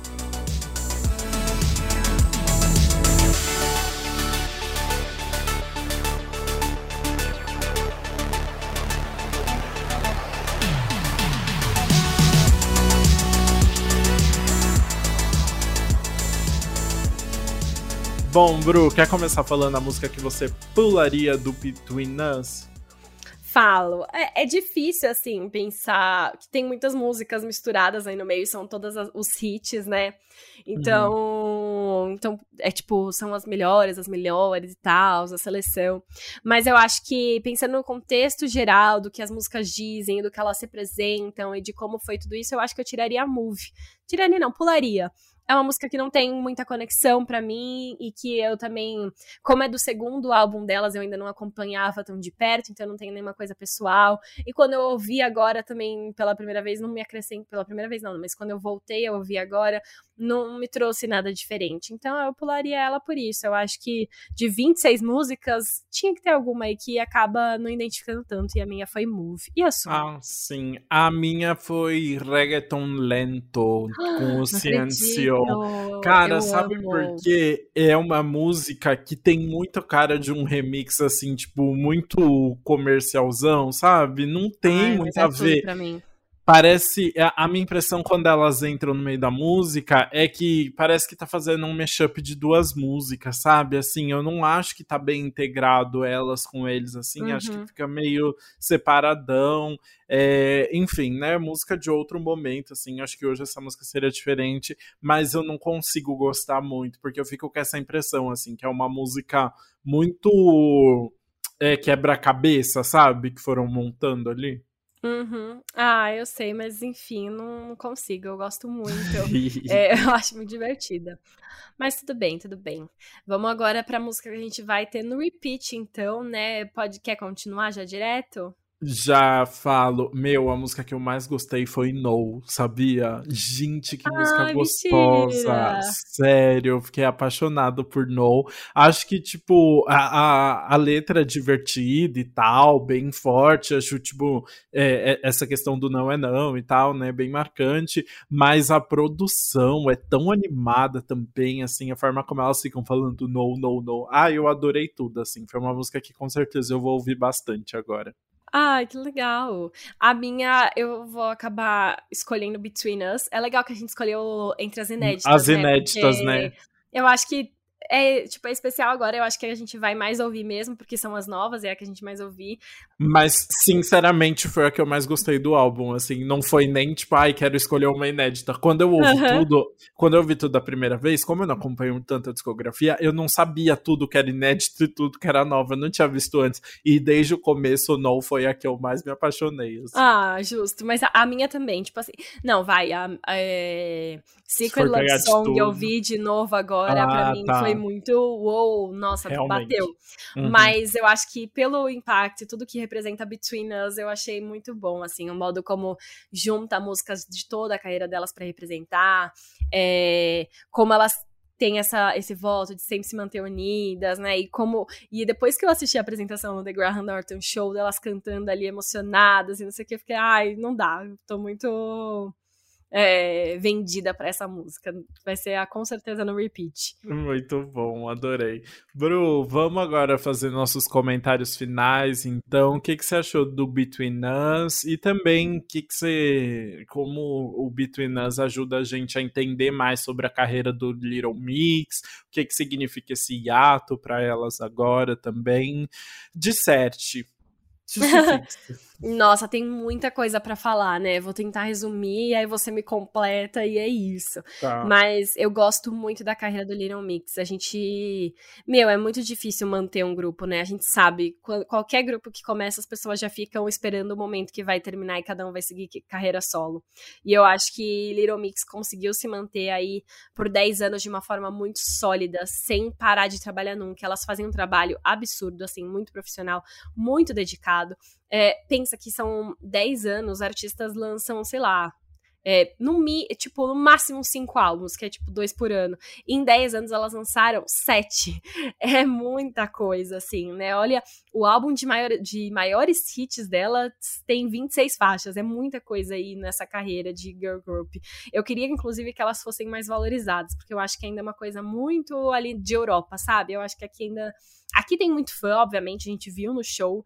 Bom, Bru, quer começar falando a música que você pularia do Between Us? Falo. É, é difícil, assim, pensar que tem muitas músicas misturadas aí no meio, são todos os hits, né? Então, uhum. então, é tipo, são as melhores, as melhores e tal, a seleção. Mas eu acho que, pensando no contexto geral do que as músicas dizem, do que elas representam e de como foi tudo isso, eu acho que eu tiraria a Move, Tiraria não, pularia. É uma música que não tem muita conexão pra mim e que eu também, como é do segundo álbum delas, eu ainda não acompanhava tão de perto, então eu não tenho nenhuma coisa pessoal. E quando eu ouvi agora também pela primeira vez, não me acrescentou, pela primeira vez não, mas quando eu voltei a ouvir agora, não me trouxe nada diferente. Então eu pularia ela por isso. Eu acho que de vinte e seis músicas, tinha que ter alguma aí que acaba não identificando tanto, e a minha foi Move. E a sua? Ah, sim. A minha foi Reggaeton Lento, com o Não acredito! Ciencio. Cara, Eu sabe por amo. quê? É uma música que tem muito cara de um remix, assim, tipo, muito comercialzão, sabe? Não tem Ai, mas muito é a tudo ver. pra mim. Parece. A a minha impressão quando elas entram no meio da música é que parece que tá fazendo um mashup de duas músicas, sabe? Assim, eu não acho que tá bem integrado elas com eles, assim. Acho que Uhum. fica meio separadão. É, enfim, né? Música de outro momento, assim. Acho que hoje essa música seria diferente, mas eu não consigo gostar muito, porque eu fico com essa impressão, assim, que é uma música muito. É, quebra-cabeça, sabe? Que foram montando ali. Uhum. Ah, eu sei, mas enfim, não, não consigo. Eu gosto muito. É, eu acho muito divertida. Mas tudo bem, tudo bem. Vamos agora pra música que a gente vai ter no repeat, então, né? Pode, quer continuar já direto? Já falo, meu, a música que eu mais gostei foi No, sabia? Gente, que música Ai, gostosa! mentira! Sério, eu fiquei apaixonado por No. Acho que, tipo, a, a, a letra é divertida e tal, bem forte. Acho, tipo, é, é, essa questão do não é não e tal, né? Bem marcante. Mas a produção é tão animada também, assim, a forma como elas ficam falando no, no, no. Ah, eu adorei tudo, assim. Foi uma música que com certeza eu vou ouvir bastante agora. Ai, que legal. A minha, eu vou acabar escolhendo Between Us. É legal que a gente escolheu entre as inéditas, As né? inéditas, Porque né? eu acho que é, tipo, é especial agora. Eu acho que a gente vai mais ouvir mesmo, porque são as novas, é a que a gente mais ouvir. Mas, sinceramente, foi a que eu mais gostei do álbum, assim, não foi nem, tipo, ai, quero escolher uma inédita. Quando eu ouvi Aham. tudo, quando eu ouvi tudo da primeira vez, como eu não acompanho tanta discografia, eu não sabia tudo que era inédito e tudo que era nova, eu não tinha visto antes. E desde o começo, o No foi a que eu mais me apaixonei, assim. Ah, justo. Mas a, a minha também, tipo assim. Não, vai. A, a- é, Se Secret for Love pegar de Song eu tudo. vi de novo agora. Pra Ah, mim foi tá. muito. Uou, nossa, Realmente. bateu. Uhum. Mas eu acho que pelo impacto e tudo que representa Between Us, eu achei muito bom, assim. O modo como junta músicas de toda a carreira delas pra representar. É, como elas têm essa, esse voto de sempre se manter unidas, né? E como. E depois que eu assisti a apresentação no The Graham Norton Show, delas cantando ali emocionadas e não sei o que, eu fiquei, ai, não dá, eu tô muito é, vendida pra essa música. Vai ser a, com certeza no repeat. Muito bom, adorei. Bru, vamos agora fazer nossos comentários finais. Então, o que que você achou do Between Us? E também, o que que você, como o Between Us ajuda a gente a entender mais sobre a carreira do Little Mix? O que que significa esse hiato para elas agora também? Disserte, justifique-se. Nossa, tem muita coisa pra falar, né? Vou tentar resumir, aí você me completa e é isso. Tá. Mas eu gosto muito da carreira do Little Mix. A gente. Meu, é muito difícil manter um grupo, né? A gente sabe, qual- qualquer grupo que começa, as pessoas já ficam esperando o momento que vai terminar e cada um vai seguir que- carreira solo. E eu acho que Little Mix conseguiu se manter aí por dez anos de uma forma muito sólida, sem parar de trabalhar nunca. Elas fazem um trabalho absurdo, assim, muito profissional, muito dedicado. É, pensa que são dez anos, artistas lançam, sei lá, é, no, mi, tipo, no máximo cinco álbuns, que é tipo dois por ano. E em dez anos elas lançaram sete. É muita coisa, assim, né? Olha, o álbum de, maior, de maiores hits dela tem vinte e seis faixas. É muita coisa aí nessa carreira de girl group. Eu queria, inclusive, que elas fossem mais valorizadas, porque eu acho que ainda é uma coisa muito ali de Europa, sabe? Eu acho que aqui ainda. Aqui tem muito fã, obviamente, a gente viu no show,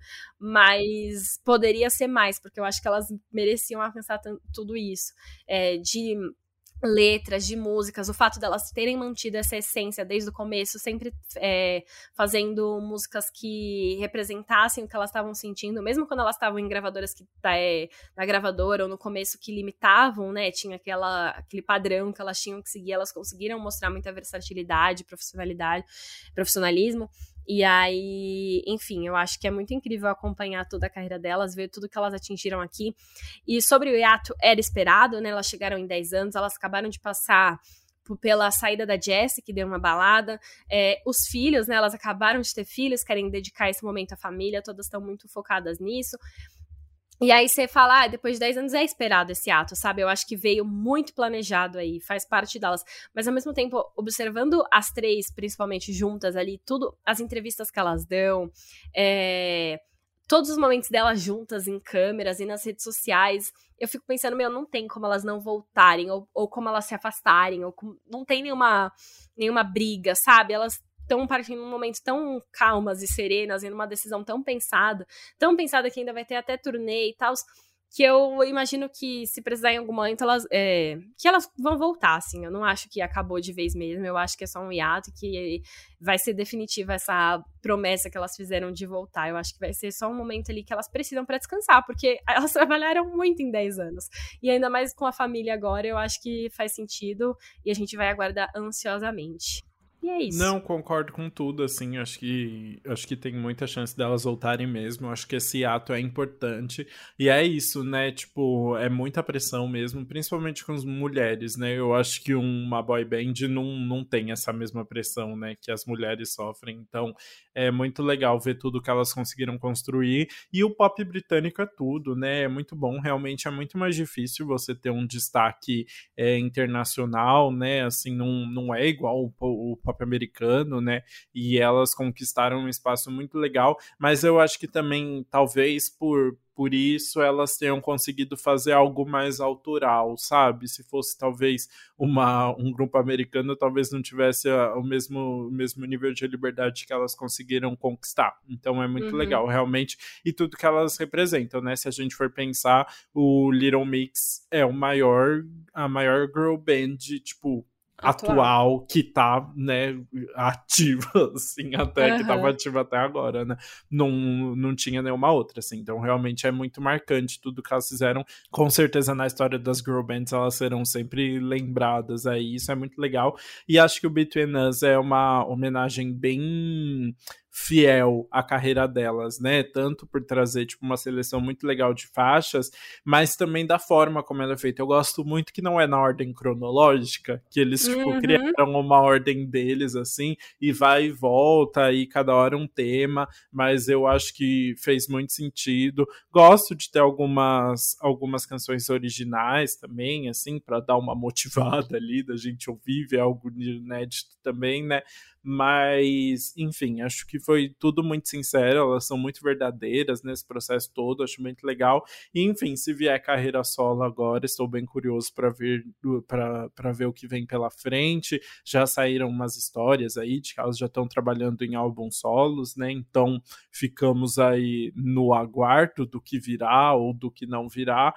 mas poderia ser mais, porque eu acho que elas mereciam alcançar tudo isso. É, de letras, de músicas, o fato delas terem mantido essa essência desde o começo, sempre é, fazendo músicas que representassem o que elas estavam sentindo, mesmo quando elas estavam em gravadoras que é, na gravadora ou no começo que limitavam, né, tinha aquela, aquele padrão que elas tinham que seguir, elas conseguiram mostrar muita versatilidade, profissionalidade, profissionalismo. E aí, enfim, eu acho que é muito incrível acompanhar toda a carreira delas, ver tudo que elas atingiram aqui. E sobre o hiato, era esperado, né? Elas chegaram em dez anos, elas acabaram de passar pela saída da Jessie, que deu uma balada. É, os filhos, né? Elas acabaram de ter filhos, querem dedicar esse momento à família, todas estão muito focadas nisso. E aí você fala, ah, depois de dez anos é esperado esse ato, sabe? Eu acho que veio muito planejado aí, faz parte delas. Mas ao mesmo tempo, observando as três, principalmente juntas ali, tudo, as entrevistas que elas dão, é, todos os momentos delas juntas em câmeras e nas redes sociais, eu fico pensando, meu, não tem como elas não voltarem, ou, ou como elas se afastarem, ou com, não tem nenhuma, nenhuma briga, sabe? Elas estão partindo num momento tão calmas e serenas, e numa decisão tão pensada, tão pensada que ainda vai ter até turnê e tal, que eu imagino que se precisar em algum momento, elas, é, que elas vão voltar, assim. Eu não acho que acabou de vez mesmo, eu acho que é só um hiato, que vai ser definitiva essa promessa que elas fizeram de voltar. Eu acho que vai ser só um momento ali que elas precisam pra descansar, porque elas trabalharam muito em dez anos. E ainda mais com a família agora, eu acho que faz sentido, e a gente vai aguardar ansiosamente. E é isso. Não, concordo com tudo, assim, acho que, acho que tem muita chance delas voltarem mesmo, acho que esse ato é importante, e é isso, né, tipo, é muita pressão mesmo, principalmente com as mulheres, né, eu acho que uma boy band não, não tem essa mesma pressão, né, que as mulheres sofrem, então é muito legal ver tudo que elas conseguiram construir, e o pop britânico é tudo, né, é muito bom, realmente é muito mais difícil você ter um destaque é, internacional, né, assim, não, não é igual o, o pop americano, né, e elas conquistaram um espaço muito legal, mas eu acho que também, talvez por, por isso, elas tenham conseguido fazer algo mais autoral, sabe, se fosse talvez uma, um grupo americano, talvez não tivesse a, o, mesmo, o mesmo nível de liberdade que elas conseguiram conquistar, então é muito uhum. legal, realmente, e tudo que elas representam, né, se a gente for pensar, o Little Mix é o maior, a maior girl band, tipo, Atual. atual, que tá, né, ativa, assim, até uhum. que tava ativa até agora, né, não, não tinha nenhuma outra, assim, então realmente é muito marcante tudo que elas fizeram, com certeza na história das girl bands elas serão sempre lembradas aí, isso é muito legal, e acho que o Between Us é uma homenagem bem fiel à carreira delas, né, tanto por trazer, tipo, uma seleção muito legal de faixas, mas também da forma como ela é feita. Eu gosto muito que não é na ordem cronológica, que eles, tipo, uhum. criaram uma ordem deles, assim, e vai e volta, e cada hora um tema, mas eu acho que fez muito sentido. Gosto de ter algumas, algumas canções originais também, assim, pra dar uma motivada ali, da gente ouvir, ver algo inédito também, né, mas, enfim, acho que foi tudo muito sincero, elas são muito verdadeiras nesse processo todo, acho muito legal, e enfim, se vier carreira solo agora, estou bem curioso para ver, para ver o que vem pela frente, já saíram umas histórias aí de que elas já estão trabalhando em álbuns solos, né, então ficamos aí no aguardo do que virá ou do que não virá,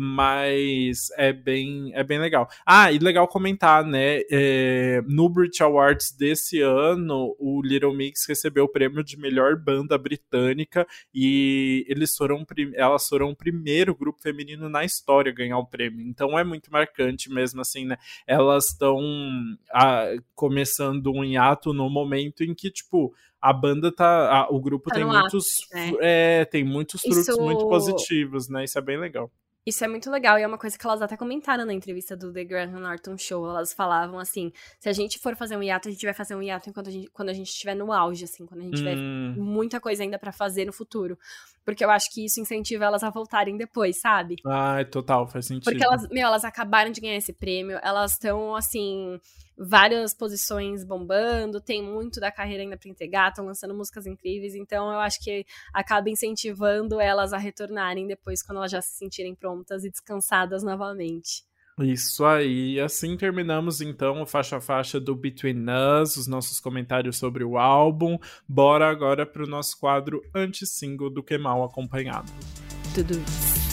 mas é bem, é bem legal. Ah, e legal comentar, né, é, no Brit Awards desse ano, o Little Mix recebeu o prêmio de melhor banda britânica e eles foram, elas foram o primeiro grupo feminino na história a ganhar o prêmio, então é muito marcante mesmo, assim, né, elas estão ah, começando um hiato no momento em que, tipo, a banda tá, a, o grupo tá tem muitos, ápice, né? é, tem muitos frutos Isso... muito positivos, né, isso é bem legal. Isso é muito legal, e é uma coisa que elas até comentaram na entrevista do The Graham Norton Show. Elas falavam assim, se a gente for fazer um hiato, a gente vai fazer um hiato enquanto a gente, quando a gente estiver no auge, assim, quando a gente tiver hum. muita coisa ainda pra fazer no futuro. Porque eu acho que isso incentiva elas a voltarem depois, sabe? Ah, total, faz sentido. Porque elas, meu, elas acabaram de ganhar esse prêmio, elas estão, assim, várias posições bombando, tem muito da carreira ainda pra entregar, estão lançando músicas incríveis, então eu acho que acaba incentivando elas a retornarem depois, quando elas já se sentirem prontas e descansadas novamente. Isso aí, assim terminamos então o faixa a faixa do Between Us, os nossos comentários sobre o álbum. Bora agora pro nosso quadro anti-single do Que Mal Acompanhado. Tudo isso.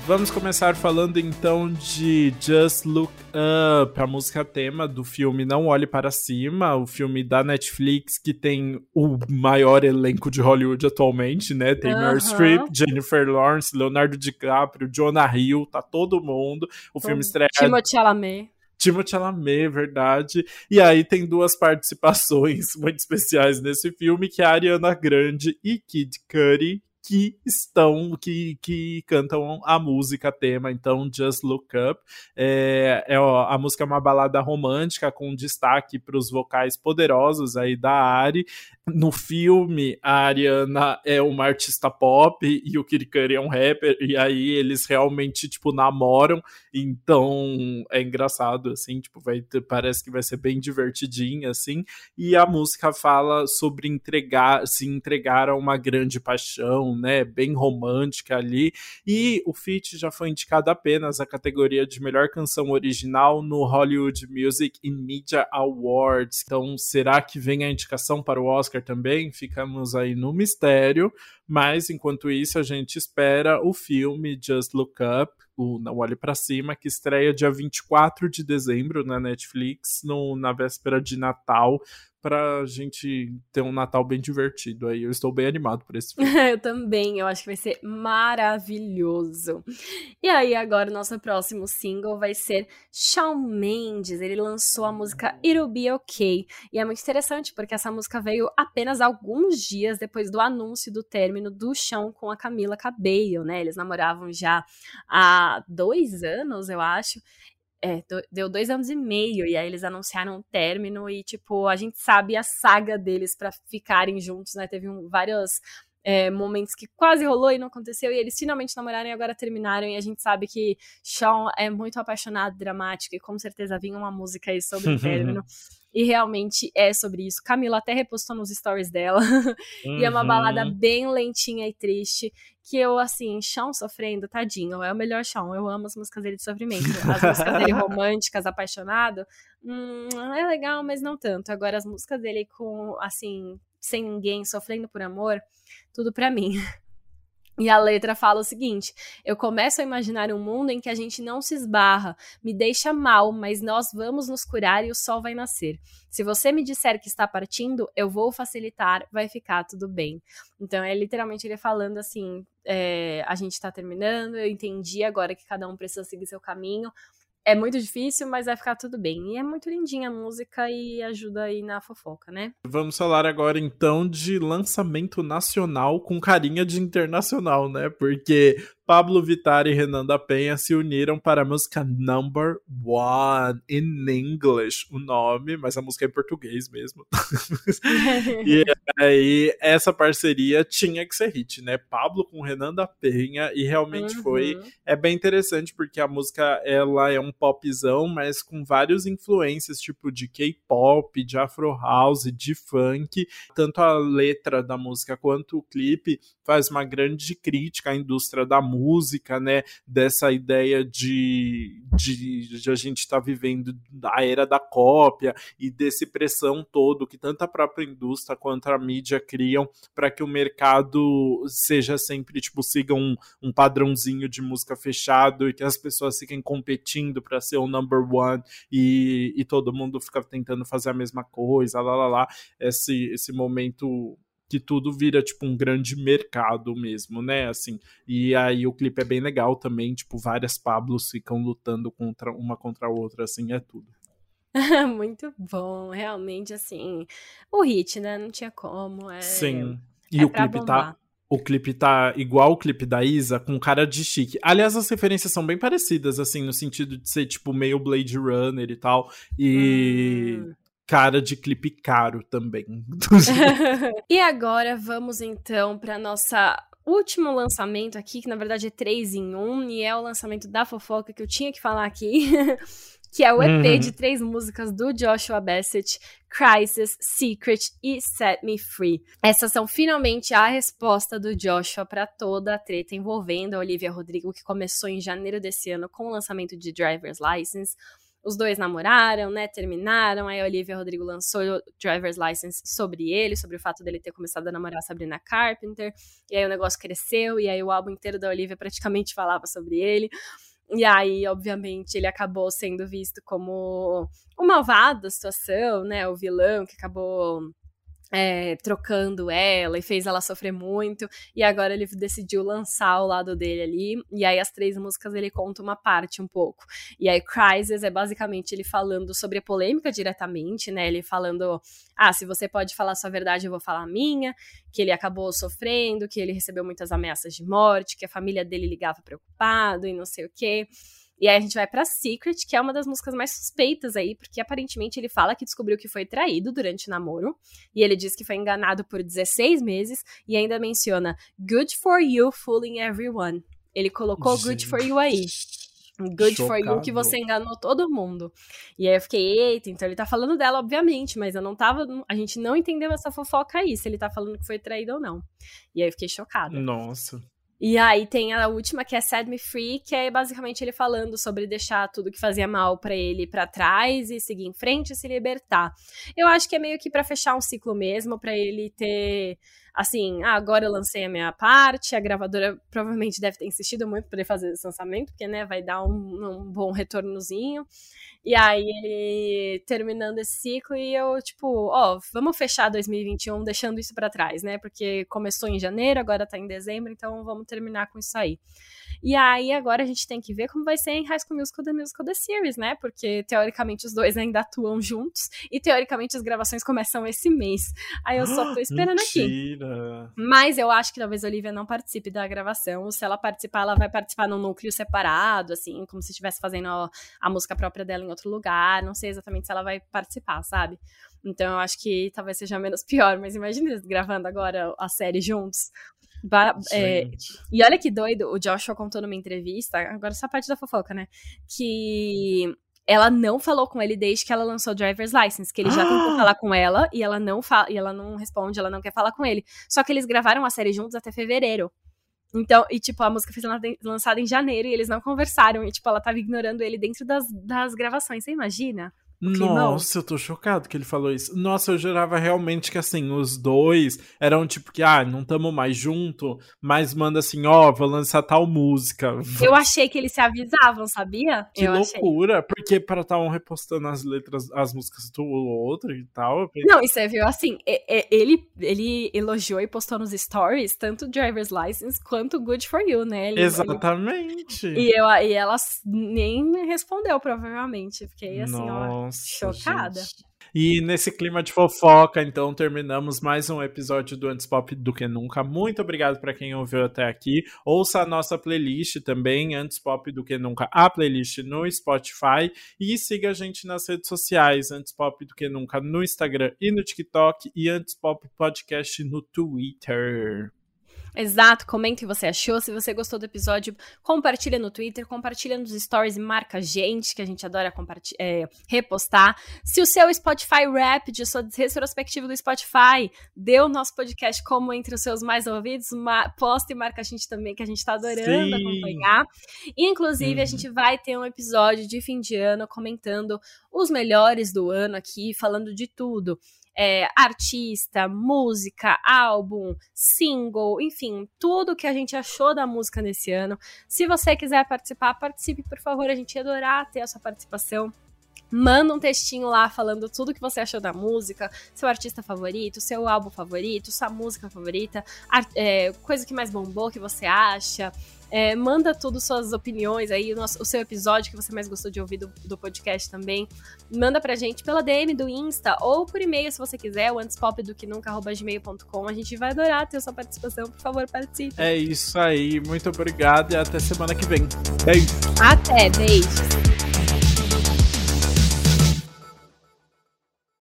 Vamos começar falando então de Just Look Up, a música tema do filme Não Olhe Para Cima, o filme da Netflix que tem o maior elenco de Hollywood atualmente, né? Tem Meryl Streep, Jennifer Lawrence, Leonardo DiCaprio, Jonah Hill, tá todo mundo. O filme estreia... Timothée Chalamet. Timothée Chalamet, verdade. E aí tem duas participações muito especiais nesse filme, que é a Ariana Grande e Kid Cudi, que estão, que, que cantam a música tema, então Just Look Up. É, é, ó, a música é uma balada romântica com destaque para os vocais poderosos aí da Ari. No filme, a Ariana é uma artista pop e o Kid Cudi é um rapper, e aí eles realmente, tipo, namoram, então é engraçado, assim, tipo, vai ter, parece que vai ser bem divertidinho, assim, e a música fala sobre entregar, se entregar a uma grande paixão, né, bem romântica ali, e o feat já foi indicado apenas à categoria de melhor canção original no Hollywood Music and Media Awards. Então, será que vem a indicação para o Oscar também? Ficamos aí no mistério, mas enquanto isso a gente espera o filme Just Look Up, o Não Olhe Pra Cima, que estreia dia vinte e quatro de dezembro na Netflix, no, na véspera de Natal, pra gente ter um Natal bem divertido aí. Eu estou bem animado por esse filme. Eu também, eu acho que vai ser maravilhoso. E aí agora o nosso próximo single vai ser Shawn Mendes. Ele lançou a música It'll Be Okay. E é muito interessante porque essa música veio apenas alguns dias depois do anúncio do término do Shawn com a Camila Cabello, né? Eles namoravam já há dois anos, eu acho. É, deu dois anos e meio, e aí eles anunciaram o término, e, tipo, a gente sabe a saga deles pra ficarem juntos, né? Teve um, vários é, momentos que quase rolou e não aconteceu, e eles finalmente namoraram e agora terminaram, e a gente sabe que Shawn é muito apaixonado, dramático, e com certeza vinha uma música aí sobre o término. E realmente é sobre isso. Camila até repostou nos stories dela. Uhum. E é uma balada bem lentinha e triste. Que eu, assim, Shawn sofrendo, tadinho. É o melhor Shawn. Eu amo as músicas dele de sofrimento. As músicas dele românticas, apaixonado. Hum, é legal, mas não tanto. Agora, as músicas dele com, assim, sem ninguém, sofrendo por amor, tudo pra mim. E a letra fala o seguinte: eu começo a imaginar um mundo em que a gente não se esbarra, me deixa mal, mas nós vamos nos curar e o sol vai nascer. Se você me disser que está partindo, eu vou facilitar, vai ficar tudo bem. Então é literalmente ele falando assim, é, a gente tá terminando, eu entendi agora que cada um precisa seguir seu caminho. É muito difícil, mas vai ficar tudo bem. E é muito lindinha a música e ajuda aí na fofoca, né? Vamos falar agora, então, de lançamento nacional com carinha de internacional, né? Porque Pablo Vittar e Renan da Penha se uniram para a música Number One, in English, o nome, mas a música é em português mesmo. E aí, essa parceria tinha que ser hit, né? Pablo com Renan da Penha, e realmente uhum. foi. É bem interessante, porque a música, ela é um popzão, mas com várias influências, tipo de K-pop, de Afro House, de funk. Tanto a letra da música quanto o clipe faz uma grande crítica à indústria da música, né, dessa ideia de, de, de a gente estar tá vivendo a era da cópia e desse pressão todo que tanto a própria indústria quanto a mídia criam para que o mercado seja sempre, tipo, siga um, um padrãozinho de música fechado e que as pessoas fiquem competindo para ser o number one e, e todo mundo fica tentando fazer a mesma coisa, lá, lá, lá, esse, esse momento que tudo vira, tipo, um grande mercado mesmo, né, assim, e aí o clipe é bem legal também, tipo, várias Pablos ficam lutando contra uma contra a outra, assim, é tudo. Muito bom, realmente, assim, o hit, né, não tinha como, é... Sim, e é o clipe bombar. tá... O clipe tá igual o clipe da Isa, com cara de chique. Aliás, as referências são bem parecidas, assim, no sentido de ser, tipo, meio Blade Runner e tal, e... Hum. Cara de clipe caro também. E agora vamos então para nossa último lançamento aqui, que na verdade é três em um, e é o lançamento da fofoca que eu tinha que falar aqui, que é o E P uhum. de três músicas do Joshua Bassett, Crisis, Secret e Set Me Free. Essas são finalmente a resposta do Joshua para toda a treta envolvendo a Olivia Rodrigo, que começou em janeiro desse ano com o lançamento de Driver's License. os dois namoraram, né, terminaram, aí a Olivia Rodrigo lançou o Driver's License sobre ele, sobre o fato dele ter começado a namorar a Sabrina Carpenter, e aí o negócio cresceu, e aí o álbum inteiro da Olivia praticamente falava sobre ele, e aí, obviamente, ele acabou sendo visto como o malvado da situação, né, o vilão que acabou... É, trocando ela e fez ela sofrer muito, e agora ele decidiu lançar o lado dele ali, e aí as três músicas ele conta uma parte um pouco, e aí Crisis é basicamente ele falando sobre a polêmica diretamente, né, ele falando, ah, se você pode falar a sua verdade, eu vou falar a minha, que ele acabou sofrendo, que ele recebeu muitas ameaças de morte, que a família dele ligava preocupado e não sei o quê. E aí a gente vai pra Secret, que é uma das músicas mais suspeitas aí, porque aparentemente ele fala que descobriu que foi traído durante o namoro, e ele diz que foi enganado por dezesseis meses, e ainda menciona Good for you fooling everyone. Ele colocou Gente. Good for you aí. Good Chocado. For you que você enganou todo mundo. E aí eu fiquei, eita, então ele tá falando dela, obviamente, mas eu não tava, a gente não entendeu essa fofoca aí, se ele tá falando que foi traído ou não. E aí eu fiquei chocada. Nossa. E aí tem a última, que é Set Me Free, que é basicamente ele falando sobre deixar tudo que fazia mal pra ele pra trás e seguir em frente e se libertar. Eu acho que é meio que pra fechar um ciclo mesmo, pra ele ter, assim, ah, agora eu lancei a minha parte, a gravadora provavelmente deve ter insistido muito pra ele fazer esse lançamento, porque, né, vai dar um, um bom retornozinho. E aí ele terminando esse ciclo e eu, tipo, ó, vamos fechar dois mil e vinte e um deixando isso pra trás, né? Porque começou em janeiro, agora tá em dezembro, então vamos terminar com isso aí. E aí agora a gente tem que ver como vai ser em High School Musical, The Musical, The Series, né? Porque teoricamente os dois ainda atuam juntos e teoricamente as gravações começam esse mês. Aí eu só tô esperando Mentira. aqui. Mas eu acho que talvez a Olivia não participe da gravação. Se ela participar, ela vai participar num núcleo separado, assim, como se estivesse fazendo a, a música própria dela em outro lugar. Não sei exatamente se ela vai participar, sabe? Então eu acho que talvez seja menos pior. Mas imagina eles gravando agora a série juntos. Ba- é, e olha que doido, o Joshua contou numa entrevista, agora essa parte da fofoca, né? Que ela não falou com ele desde que ela lançou o Driver's License, que ele já ah! tentou falar com ela e ela não fa- e ela não responde, ela não quer falar com ele. Só que eles gravaram a série juntos até fevereiro. Então, e tipo, a música foi lançada em janeiro e eles não conversaram. E tipo, ela tava ignorando ele dentro das, das gravações, você imagina? Nossa, eu tô chocado que ele falou isso. Nossa, eu jurava realmente que, assim, os dois eram tipo que, ah, não tamo mais junto, mas manda assim, ó, oh, vou lançar tal música. Eu achei que eles se avisavam, sabia? Que eu loucura, achei. Porque para estar um repostando as letras, as músicas do outro e tal. Não, e você viu, assim, ele, ele elogiou e postou nos stories tanto Driver's License quanto Good For You, né? Ele, Exatamente. Ele... E, eu, e ela nem respondeu, provavelmente. Fiquei assim, Nossa. ó... Chocada. Gente. E nesse clima de fofoca, então, terminamos mais um episódio do Antes Pop do que Nunca. Muito obrigado para quem ouviu até aqui. Ouça a nossa playlist também, Antes Pop do que Nunca, a playlist no Spotify. E siga a gente nas redes sociais, Antes Pop do que Nunca no Instagram e no TikTok. E Antes Pop Podcast no Twitter. Exato, comenta o que você achou, se você gostou do episódio, compartilha no Twitter, compartilha nos stories e marca a gente, que a gente adora é, repostar. Se o seu Spotify Wrapped, a sua retrospectiva do Spotify, deu o nosso podcast como entre os seus mais ouvidos, posta e marca a gente também, que a gente tá adorando Sim. acompanhar. E, inclusive, hum. a gente vai ter um episódio de fim de ano comentando os melhores do ano aqui, falando de tudo. É, artista, música, álbum, single, enfim, tudo que a gente achou da música nesse ano. Se você quiser participar, participe, por favor, a gente ia adorar ter a sua participação. Manda um textinho lá falando tudo que você achou da música, seu artista favorito, seu álbum favorito, sua música favorita, art- é, coisa que mais bombou que você acha. É, manda tudo, suas opiniões aí, o, nosso, o seu episódio que você mais gostou de ouvir do, do podcast também. Manda pra gente pela D M do Insta ou por e-mail, se você quiser, o antespopdoquenunca arroba gmail ponto com. A gente vai adorar ter a sua participação, por favor, participe. É isso aí, muito obrigado e até semana que vem. Beijo. Até, beijos.